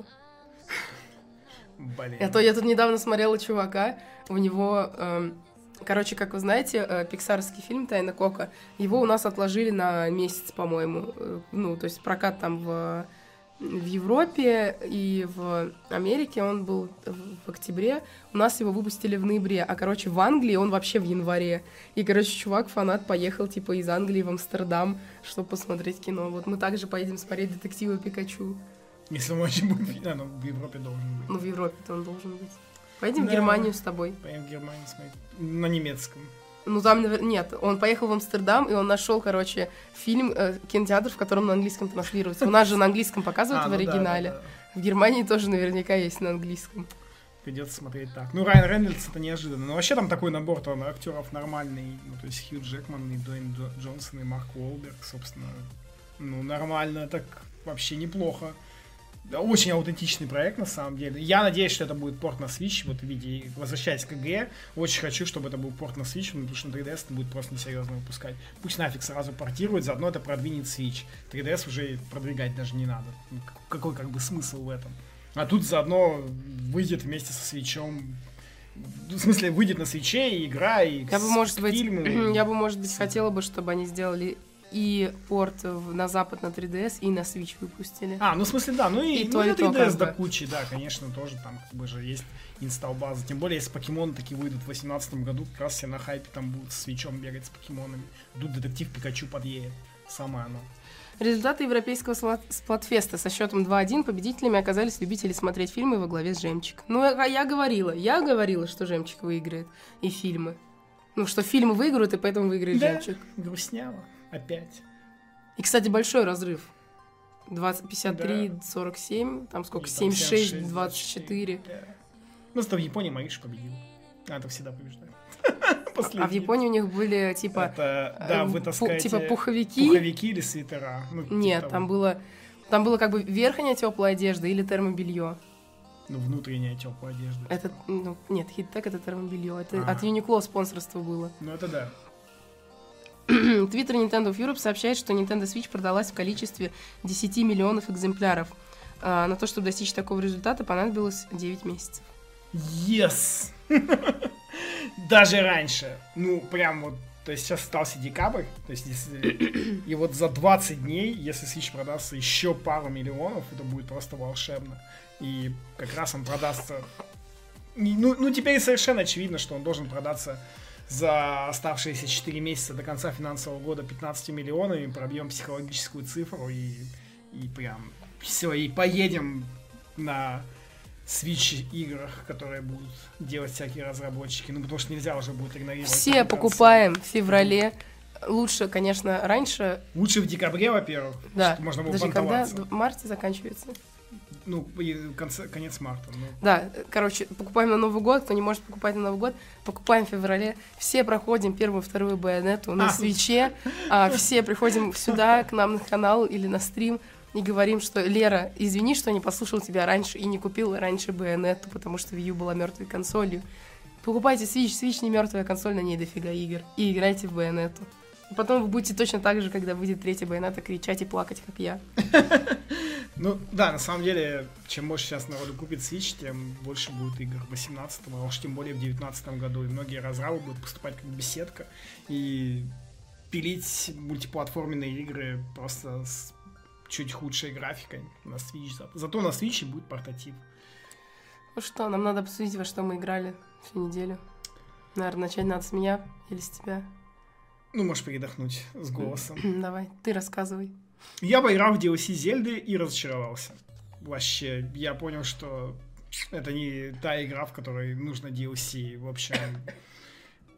A: Блин.
B: А то я тут недавно смотрела чувака, у него... Короче, как вы знаете, пиксарский фильм «Тайна Коко», его у нас отложили на месяц, по-моему. Ну, то есть прокат там в Европе и в Америке он был в октябре. У нас его выпустили в ноябре. А, короче, в Англии он вообще в январе. И, короче, чувак-фанат поехал, типа, из Англии в Амстердам, чтобы посмотреть кино. Вот мы также поедем смотреть «Детектива Пикачу».
A: Если он очень будет... ну, в Европе должен быть.
B: Ну, в Европе-то он должен быть. Поедем в Германию с тобой.
A: Поедем в Германию смотреть. На немецком.
B: Ну, там, нет, он поехал в Амстердам, и он нашел, короче, фильм, кинотеатр, в котором на английском транслируется. У нас же на английском показывают в оригинале. Да. В Германии тоже наверняка есть на английском.
A: Придется смотреть так. Ну, Райан Рейнольдс это неожиданно. Но вообще там такой набор актеров нормальный. Ну, то есть Хью Джекман, и Дуэйн Джонсон, и Марк Уолберг, собственно. Ну, нормально, так вообще неплохо. Очень аутентичный проект, на самом деле. Я надеюсь, что это будет порт на Switch. Вот видите, возвращаясь к игре, очень хочу, чтобы это был порт на Switch, потому что на 3DS это будет просто несерьезно выпускать. Пусть нафиг сразу портирует, заодно это продвинет Switch. 3DS уже продвигать даже не надо. Какой как бы смысл в этом? А тут заодно выйдет вместе со Switch'ом. В смысле, выйдет на Switch'е и игра, и
B: я бы, может быть,
A: фильмы.
B: Я бы, может быть, хотела бы, чтобы они сделали и порт на Запад на 3DS, и на Switch выпустили.
A: Ну в смысле, да, ну и
B: то,
A: на 3DS до
B: как бы.
A: кучи, да, конечно, тоже там как бы же есть инсталл-база. Тем более, если покемоны такие выйдут в 2018 году, как раз все на хайпе там будут с Switch'ом бегать с покемонами. Тут Детектив Пикачу подъедет. Самое оно.
B: Результаты европейского Сплатфеста со счетом 2-1 победителями оказались любители смотреть фильмы во главе с Жемчик. Ну, я говорила, что Жемчик выиграет. И фильмы. Ну, что фильмы выиграют, и поэтому выиграет Жемчик.
A: Грустняло. Опять.
B: И, кстати, большой разрыв. 53-47, там сколько? 7-6-24.
A: Да. Ну, что в Японии Мариш победил. Это всегда побеждает.
B: А в Японии у них были, типа...
A: вы таскаете...
B: Типа пуховики.
A: Пуховики или свитера? Ну,
B: нет,
A: типа
B: там было как бы верхняя теплая одежда или термобелье.
A: Ну, внутренняя теплая одежда.
B: Это, нет, Хиттек это термобелье. Это от Uniqlo спонсорство было.
A: Ну, это да.
B: Твиттер Nintendo of Europe сообщает, что Nintendo Switch продалась в количестве 10 миллионов экземпляров. На то, чтобы достичь такого результата, понадобилось 9 месяцев.
A: Yes! Даже раньше. Ну, прям вот, то есть сейчас остался декабрь, то есть и вот за 20 дней, если Switch продастся еще пару миллионов, это будет просто волшебно. И как раз он продастся... Ну, теперь совершенно очевидно, что он должен продаться за оставшиеся 4 месяца до конца финансового года 15 миллионами, пробьем психологическую цифру и прям все, и поедем на Switch играх, которые будут делать всякие разработчики. Ну, потому что нельзя уже будет игнорировать.
B: Все покупаем в феврале. Лучше, конечно, раньше.
A: Лучше в декабре, во-первых,
B: да.
A: чтобы можно было
B: Подожди,
A: понтоваться.
B: Когда в марте заканчивается?
A: Ну, конец марта. Ну.
B: Да, короче, покупаем на Новый год, кто не может покупать на Новый год, покупаем в феврале. Все проходим первую, вторую байонету на Свитче, все приходим сюда, к нам на канал или на стрим, и говорим, что Лера, извини, что не послушал тебя раньше и не купил раньше байонету, потому что Wii U была мертвой консолью. Покупайте Switch не мертвая консоль, на ней дофига игр, и играйте в байонету. И потом вы будете точно так же, когда выйдет третья байонета, кричать и плакать, как я.
A: Ну, да, на самом деле, чем больше сейчас народу купит Switch, тем больше будет игр в 18-м, а уж тем более в 19-м году. И многие разрабы будут поступать как беседка и пилить мультиплатформенные игры просто с чуть худшей графикой на Switch. Зато на Switch будет портатив.
B: Ну что, нам надо обсудить, во что мы играли всю неделю. Наверное, начать надо с меня или с тебя.
A: Ну, можешь передохнуть с голосом.
B: Давай, ты рассказывай.
A: Я поиграл в DLC Зельды и разочаровался. Вообще, я понял, что это не та игра, в которой нужно DLC. В общем,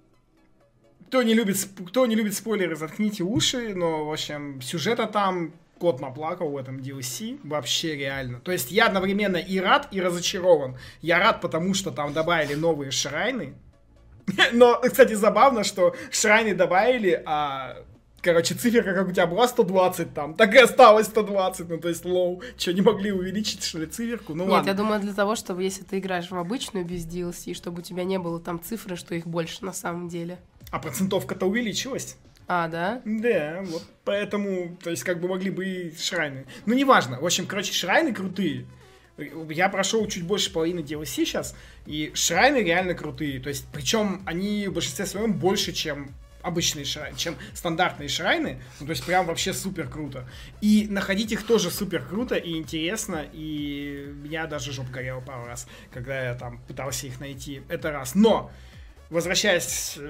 A: кто не любит спойлеры, заткните уши. Но, в общем, сюжета там кот наплакал в этом DLC, вообще реально. То есть я одновременно и рад, и разочарован. Я рад, потому что там добавили новые шрайны. Но, кстати, забавно, что шрайны добавили, короче, циферка, как у тебя была 120 там, так и осталось 120, ну, то есть лоу. Что, не могли увеличить, что ли, циферку? Ну,
B: Нет,
A: ладно.
B: я думаю, для того, чтобы, если ты играешь в обычную без DLC, чтобы у тебя не было там цифры, что их больше на самом деле.
A: А процентовка-то увеличилась.
B: А, да?
A: Да, вот поэтому, то есть, как бы могли бы и шрайны. Ну, неважно. В общем, короче, шрайны крутые. Я прошел чуть больше половины DLC сейчас, и шрайны реально крутые. То есть, причем они в большинстве своем больше, чем обычные шрайны, чем стандартные шрайны. Ну, то есть, прям вообще супер круто. И находить их тоже супер круто и интересно. И я даже жопа горела пару раз, когда я там пытался их найти. Это раз. Но, возвращаясь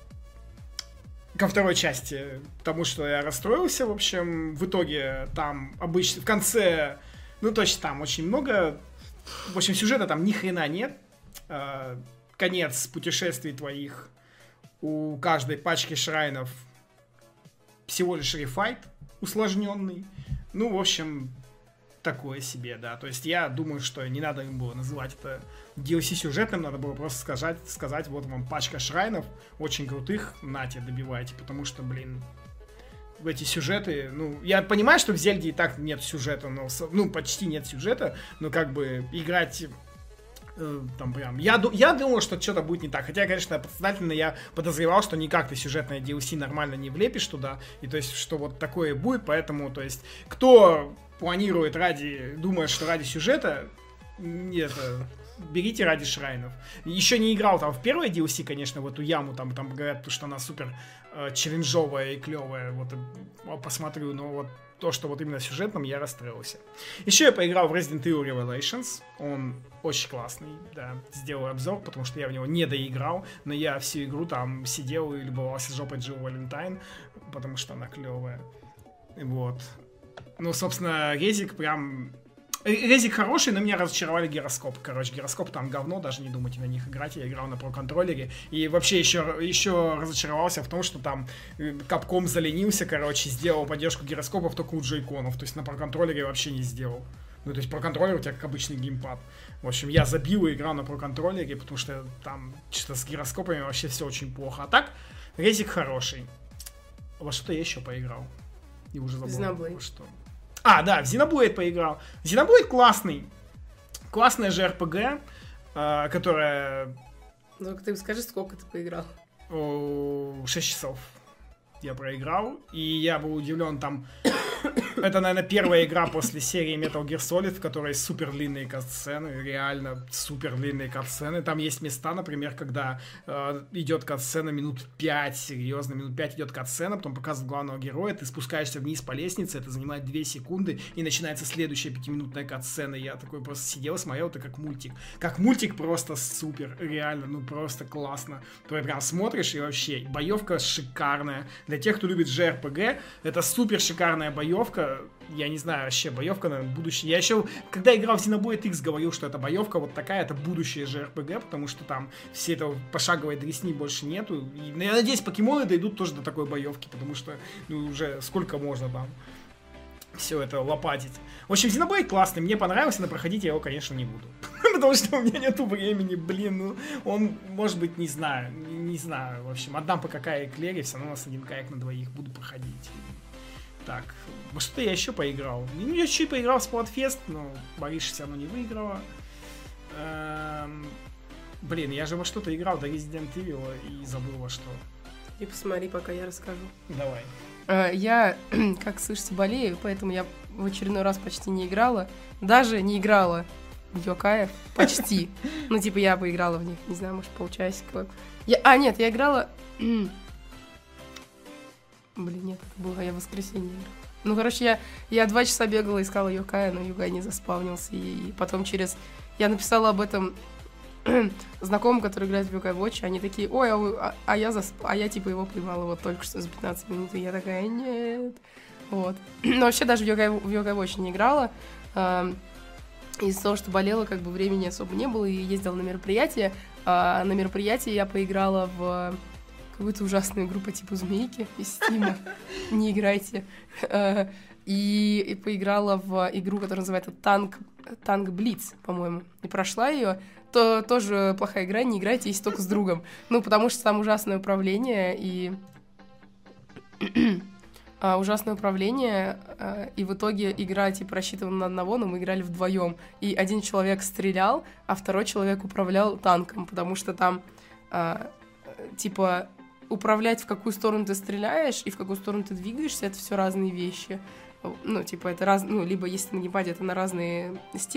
A: ко второй части, тому, что я расстроился, в общем, в итоге там обычно в конце, ну точно там очень много, в общем, сюжета там ни хрена нет. Конец путешествий твоих у каждой пачки шрайнов всего лишь рефайт усложненный. Ну, в общем, такое себе, да. То есть я думаю, что не надо им было называть это DLC сюжетным, надо было просто сказать, вот вам пачка шрайнов, очень крутых, нате, добивайте, потому что, блин, эти сюжеты, ну, я понимаю, что в Зельде и так нет сюжета, но, ну, почти нет сюжета, но как бы играть там прям... Я думал, что что-то будет не так. Хотя, конечно, подсознательно я подозревал, что никак ты сюжетное DLC нормально не влепишь туда. И то есть, что вот такое будет. Поэтому, то есть, кто планирует думает, что ради сюжета, берите ради шрайнов. Еще не играл там в первое DLC, конечно, в эту яму. Там говорят, что она супер челленджовая и клевая. Вот посмотрю, но вот то, что вот именно сюжетном, я расстроился. Еще я поиграл в Resident Evil Revelations. Он очень классный, да. Сделал обзор, потому что я в него не доиграл, но я всю игру там сидел и любовался жопой Джилл Валентайн, потому что она клевая. Вот. Ну, собственно, Резик хороший, но меня разочаровали гироскоп. Короче, гироскоп там говно, даже не думайте на них играть. Я играл на Pro-контроллере. И вообще еще разочаровался в том, что там Capcom заленился, короче, сделал поддержку гироскопов только у джойконов. То есть на Pro-контроллере вообще не сделал. Ну, то есть Pro-контроллер у тебя как обычный геймпад. В общем, я забил и играл на Pro-контроллере, потому что там что-то с гироскопами вообще все очень плохо. А так, Резик хороший. Во что я еще поиграл? И уже забыл. Во что. Да, в Xenoblade поиграл. Xenoblade классный. Классная же RPG, которая...
B: Ну, ты скажи, сколько ты поиграл?
A: 6 часов я проиграл. И я был удивлен там... Это, наверное, первая игра после серии Metal Gear Solid, в которой супер длинные катсцены, реально супер длинные катсцены. Там есть места, например, когда идет катсцена минут 5, серьезно, минут 5 идет катсцена, потом показывают главного героя, ты спускаешься вниз по лестнице, это занимает 2 секунды, и начинается следующая 5-минутная катсцена. Я такой просто сидел, смотрел, это как мультик. Как мультик просто супер, реально, ну просто классно. Ты прям смотришь, и вообще, боевка шикарная. Для тех, кто любит JRPG, это супер шикарная боевка. Я не знаю, вообще, боевка, наверное, будущее. Я еще, когда играл в Xenoblade X, говорил, что это боевка вот такая, это будущее JRPG, потому что там все этого пошаговой дресни больше нету. И, я надеюсь, покемоны дойдут тоже до такой боевки, потому что, ну, уже сколько можно там все это лопатить. В общем, Xenoblade классный, мне понравился, но проходить я его, конечно, не буду. Потому что у меня нету времени, блин, ну, он, может быть, не знаю, в общем, отдам по какая Клере, все равно у нас один каяк на двоих, буду проходить. Так, во что я еще поиграл? Я еще и поиграл в Splatfest, но Мариша все равно не выиграла. Блин, я же во что-то играл до Resident Evil и забыл во что.
B: И посмотри, пока я расскажу.
A: Давай.
B: Я, как слышите, болею, поэтому я в очередной раз почти не играла. Даже не играла в Йокаев, почти. Ну, типа, я поиграла в них, не знаю, может, полчасика. Нет, я играла... Блин, нет, это было я в воскресенье. Ну, короче, я 2 часа бегала, искала Йокая, но Йокай не заспавнился. И потом я написала об этом знакомым, которые играют в Yokai Watch, они такие, ой, а я типа его поймала вот только что за 15 минут, и я такая, нет. Вот. Но вообще даже в Yokai Watch не играла. Из-за того, что болела, как бы времени особо не было, и ездила на мероприятие. А на мероприятии я поиграла в какую-то ужасную игру по типу Змейки из Стима. Не играйте. И поиграла в игру, которая называется Танк Блиц, по-моему. И прошла ее. То тоже плохая игра, не играйте, если только с другом. Ну, потому что там ужасное управление, и и в итоге игра, типа, рассчитана на одного, но мы играли вдвоем. И один человек стрелял, а второй человек управлял танком, потому что там, типа, управлять, в какую сторону ты стреляешь и в какую сторону ты двигаешься, это все разные вещи. Ну, типа, это либо если на геймпаде это на разные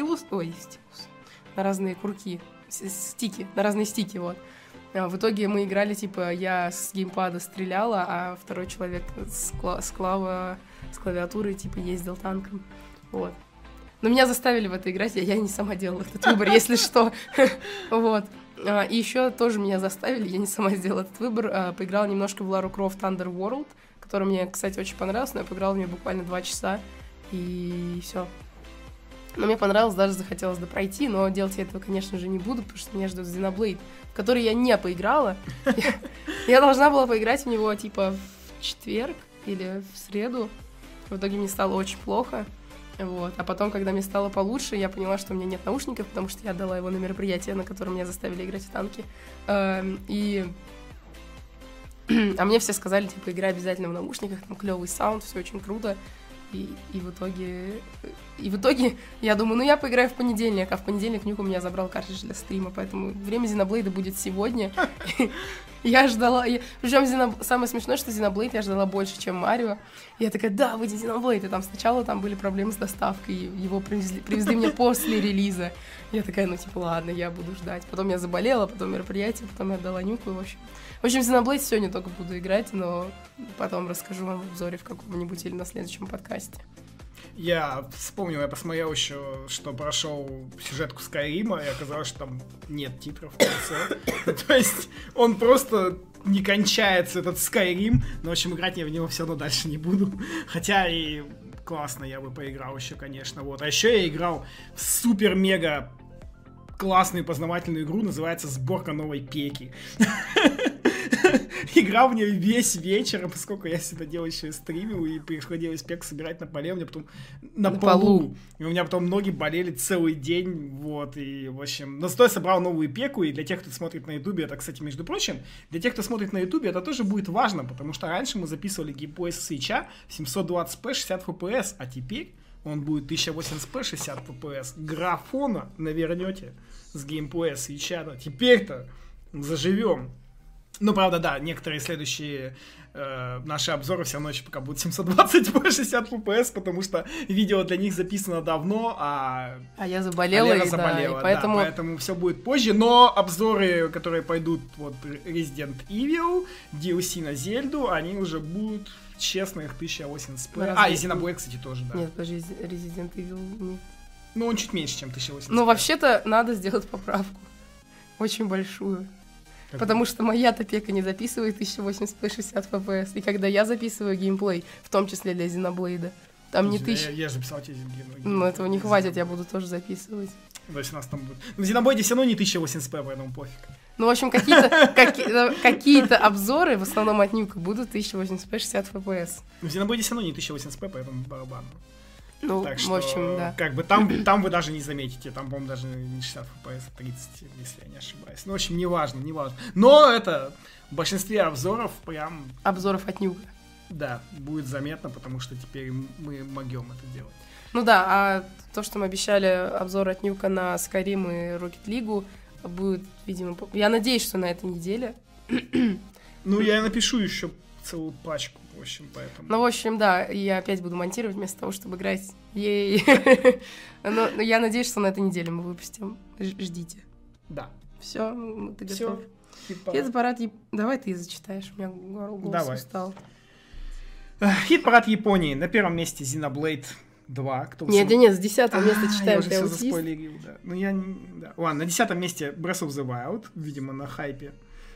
B: на разные курки, на разные стики, вот. В итоге мы играли, типа, я с геймпада стреляла, а второй человек с клавиатуры, типа, ездил танком. Вот. Но меня заставили в это играть, я не сама делала этот выбор, если что. Вот. И еще тоже меня заставили, я не сама сделала этот выбор. Поиграла немножко в Лару Крофт Underworld, который мне, кстати, очень понравился, но я поиграла в нее буквально 2 часа, и все. Но мне понравилось, даже захотелось допройти, но делать я этого, конечно же, не буду, потому что меня ждет Xenoblade, в который я не поиграла. Я должна была поиграть в него, типа, в четверг или в среду. В итоге мне стало очень плохо. Вот. А потом, когда мне стало получше, я поняла, что у меня нет наушников, потому что я отдала его на мероприятие, на котором меня заставили играть в танки. А мне все сказали, типа, играй обязательно в наушниках, там клевый саунд, все очень круто. И в итоге я думаю, ну я поиграю в понедельник, а в понедельник Нюк у меня забрал картридж для стрима, поэтому время Xenoblade будет сегодня. Я ждала... Причем самое смешное, что Xenoblade я ждала больше, чем Марио. Я такая, да, выйди Xenoblade. И там сначала там были проблемы с доставкой, его привезли мне после релиза. Я такая, ну типа, ладно, я буду ждать. Потом я заболела, потом мероприятие, потом я отдала Нюку, и в общем, Xenoblade сегодня только буду играть, но потом расскажу вам в обзоре в каком-нибудь или на следующем подкасте.
A: Я вспомнил, я посмотрел еще, что прошел сюжетку Скайрима, и оказалось, что там нет титров в конце. То есть он просто не кончается, этот Скайрим, но, в общем, играть я в него все равно дальше не буду. Хотя и классно я бы поиграл еще, конечно. Вот. А еще я играл в супер-мега классную познавательную игру, называется «Сборка новой Пеки». Играл в нее весь вечер, поскольку я всегда делал еще и стримил, и приходилось пек собирать на поле, у меня потом на полу. И у меня потом ноги болели целый день, вот, и, в общем, но стоя собрал новую пеку, и для тех, кто смотрит на ютубе, это, кстати, между прочим, для тех, кто смотрит на ютубе, это тоже будет важно, потому что раньше мы записывали геймплей с свитча в 720p 60 fps, а теперь он будет 1080p 60 fps. Графона навернете с геймплея свитча, но теперь-то заживем. Ну, правда, да, некоторые следующие наши обзоры все равно еще пока будут 720p 60 fps, потому что видео для них записано давно, а
B: я заболела,
A: и поэтому... Да, поэтому все будет позже, но обзоры, которые пойдут, вот, Resident Evil, DLC на Зельду, они уже будут честных 1080p. И Xenoblade, кстати, тоже, да.
B: Нет, подожди, Resident Evil...
A: Ну, он чуть меньше, чем 1080p.
B: Ну, вообще-то, надо сделать поправку. Очень большую. Потому что моя-то пека не записывает 1080p 60 fps. И когда я записываю геймплей, в том числе для Xenoblade, там не 1000...
A: Я же записал тебе геймплей.
B: Ну, этого не хватит, я буду тоже записывать.
A: То есть у нас там будет... В Xenoblade все равно не 1080p, поэтому пофиг.
B: Ну, в общем, какие-то обзоры, в основном от Нюка, будут 1080p 60 fps.
A: В Xenoblade все равно не 1080p, поэтому барабан.
B: Ну,
A: так что,
B: в общем, да.
A: Как бы там вы даже не заметите, там, по-моему, даже не 60 FPS, а 30, если я не ошибаюсь. Ну, в общем, неважно. Но это в большинстве обзоров прям...
B: Обзоров от Нюка.
A: Да, будет заметно, потому что теперь мы могем это делать.
B: Ну да, а то, что мы обещали обзор от Нюка на Skyrim и Rocket League, будет, видимо... Я надеюсь, что на этой неделе.
A: Ну, я напишу еще целую пачку. В общем, поэтому...
B: Ну, в общем, да, я опять буду монтировать вместо того, чтобы играть. Ей. Но я надеюсь, что на этой неделе мы выпустим. Ждите.
A: Да.
B: Все, ты готов?
A: Хит-парад.
B: Давай ты зачитаешь, у меня голос устал.
A: Хит-парад Японии. На первом месте Xenoblade 2.
B: Нет, с 10-го места читаю.
A: Я уже все заспойлерил, да. Ну, да. Ладно, на 10-м месте Breath of the Wild, видимо, на хайпе.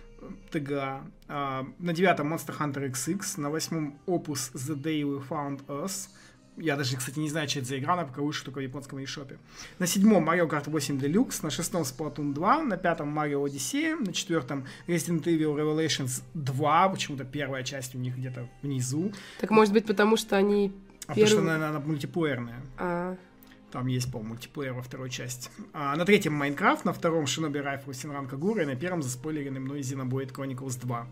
A: ТГА. На 9-м Monster Hunter XX, на 8-м Opus The Day We Found Us, Я даже, кстати, не знаю, что это за игра, она пока вышла только в японском eShop. На 7-м Mario Kart 8 Deluxe, на 6-м Splatoon 2, на 5-м Mario Odyssey, на 4-м Resident Evil Revelations 2, почему-то первая часть у них где-то внизу.
B: Так может быть, потому что они...
A: Потому что она мультиплеерная.
B: А.
A: Там есть, по-моему, мультиплеер во второй части. На 3-м Майнкрафт, на 2-м Shinobi Rifle Senran Kagura и на 1-м заспойлеренный мной Xenoblade Chronicles 2.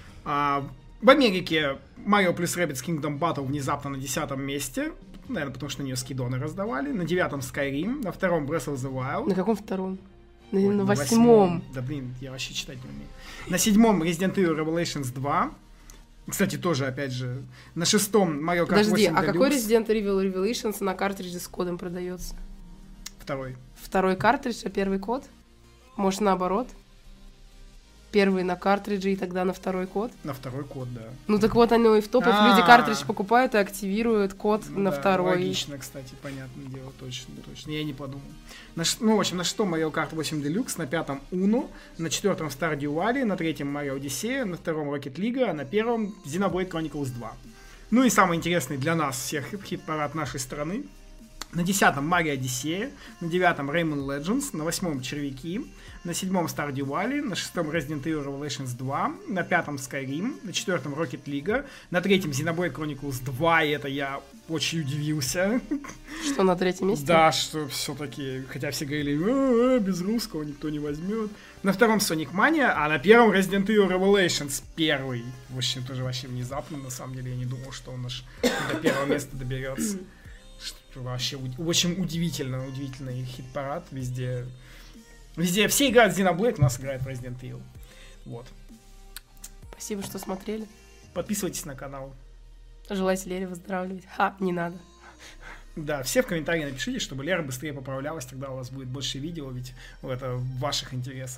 A: В Америке Mario plus Rabbids Kingdom Battle внезапно на 10-м месте. Наверное, потому что на нее скидоны раздавали. На 9-м Skyrim, на 2-м Breath of the Wild.
B: На каком втором? На 8-м.
A: 8-м. Да блин, я вообще читать не умею. На 7-м Resident Evil Revelations 2. Кстати, тоже, опять же, на 6-м Mario Kart 8
B: Подожди,
A: Deluxe.
B: а какой Resident Evil Revelations на картридже с кодом продается?
A: Второй.
B: Второй картридж, а первый код? Может, наоборот? Первый на картридже и тогда на второй код?
A: На второй код, да.
B: Ну так вот оно и в топах люди картридж покупают и активируют код на второй.
A: Логично, кстати, понятное дело, точно. Я не подумал. В общем, на 6-м Mario Kart 8 Deluxe, на 5-м Uno, на 4-м Stardew Valley, на 3-м Mario Odyssey, на 2-м Rocket League, а на 1-м Xenoblade Chronicles 2. Ну и самый интересный для нас всех хит-парад нашей страны. На 10-м Mario Odyssey, на 9-м Rayman Legends, на 8-м Червяки, на 7-м Stardew Valley, на 6-м Resident Evil Revelations 2, на 5-м Skyrim, на 4-м Rocket League, на 3-м Xenoblade Chronicles 2, и это я очень удивился.
B: Что на 3-м месте?
A: Да, что все-таки, хотя все говорили, без русского никто не возьмет. На 2-м Sonic Mania, а на 1-м Resident Evil Revelations 1. В общем, тоже вообще внезапно, на самом деле, я не думал, что он аж до первого места доберется. Вообще очень удивительный хит-парад. Везде все играют в Xenoblade, у нас играет в Resident Evil. Вот.
B: Спасибо, что смотрели.
A: Подписывайтесь на канал.
B: Желайте Лере выздоравливать. Не надо.
A: Да, все в комментарии напишите, чтобы Лера быстрее поправлялась, тогда у вас будет больше видео, ведь это в ваших интересах.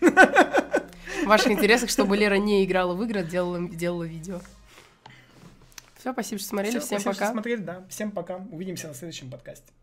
B: В ваших интересах, чтобы Лера не играла в игры, а делала видео. Все, спасибо, что смотрели. Всем пока.
A: Спасибо, что смотрели, да. Всем пока. Увидимся на следующем подкасте.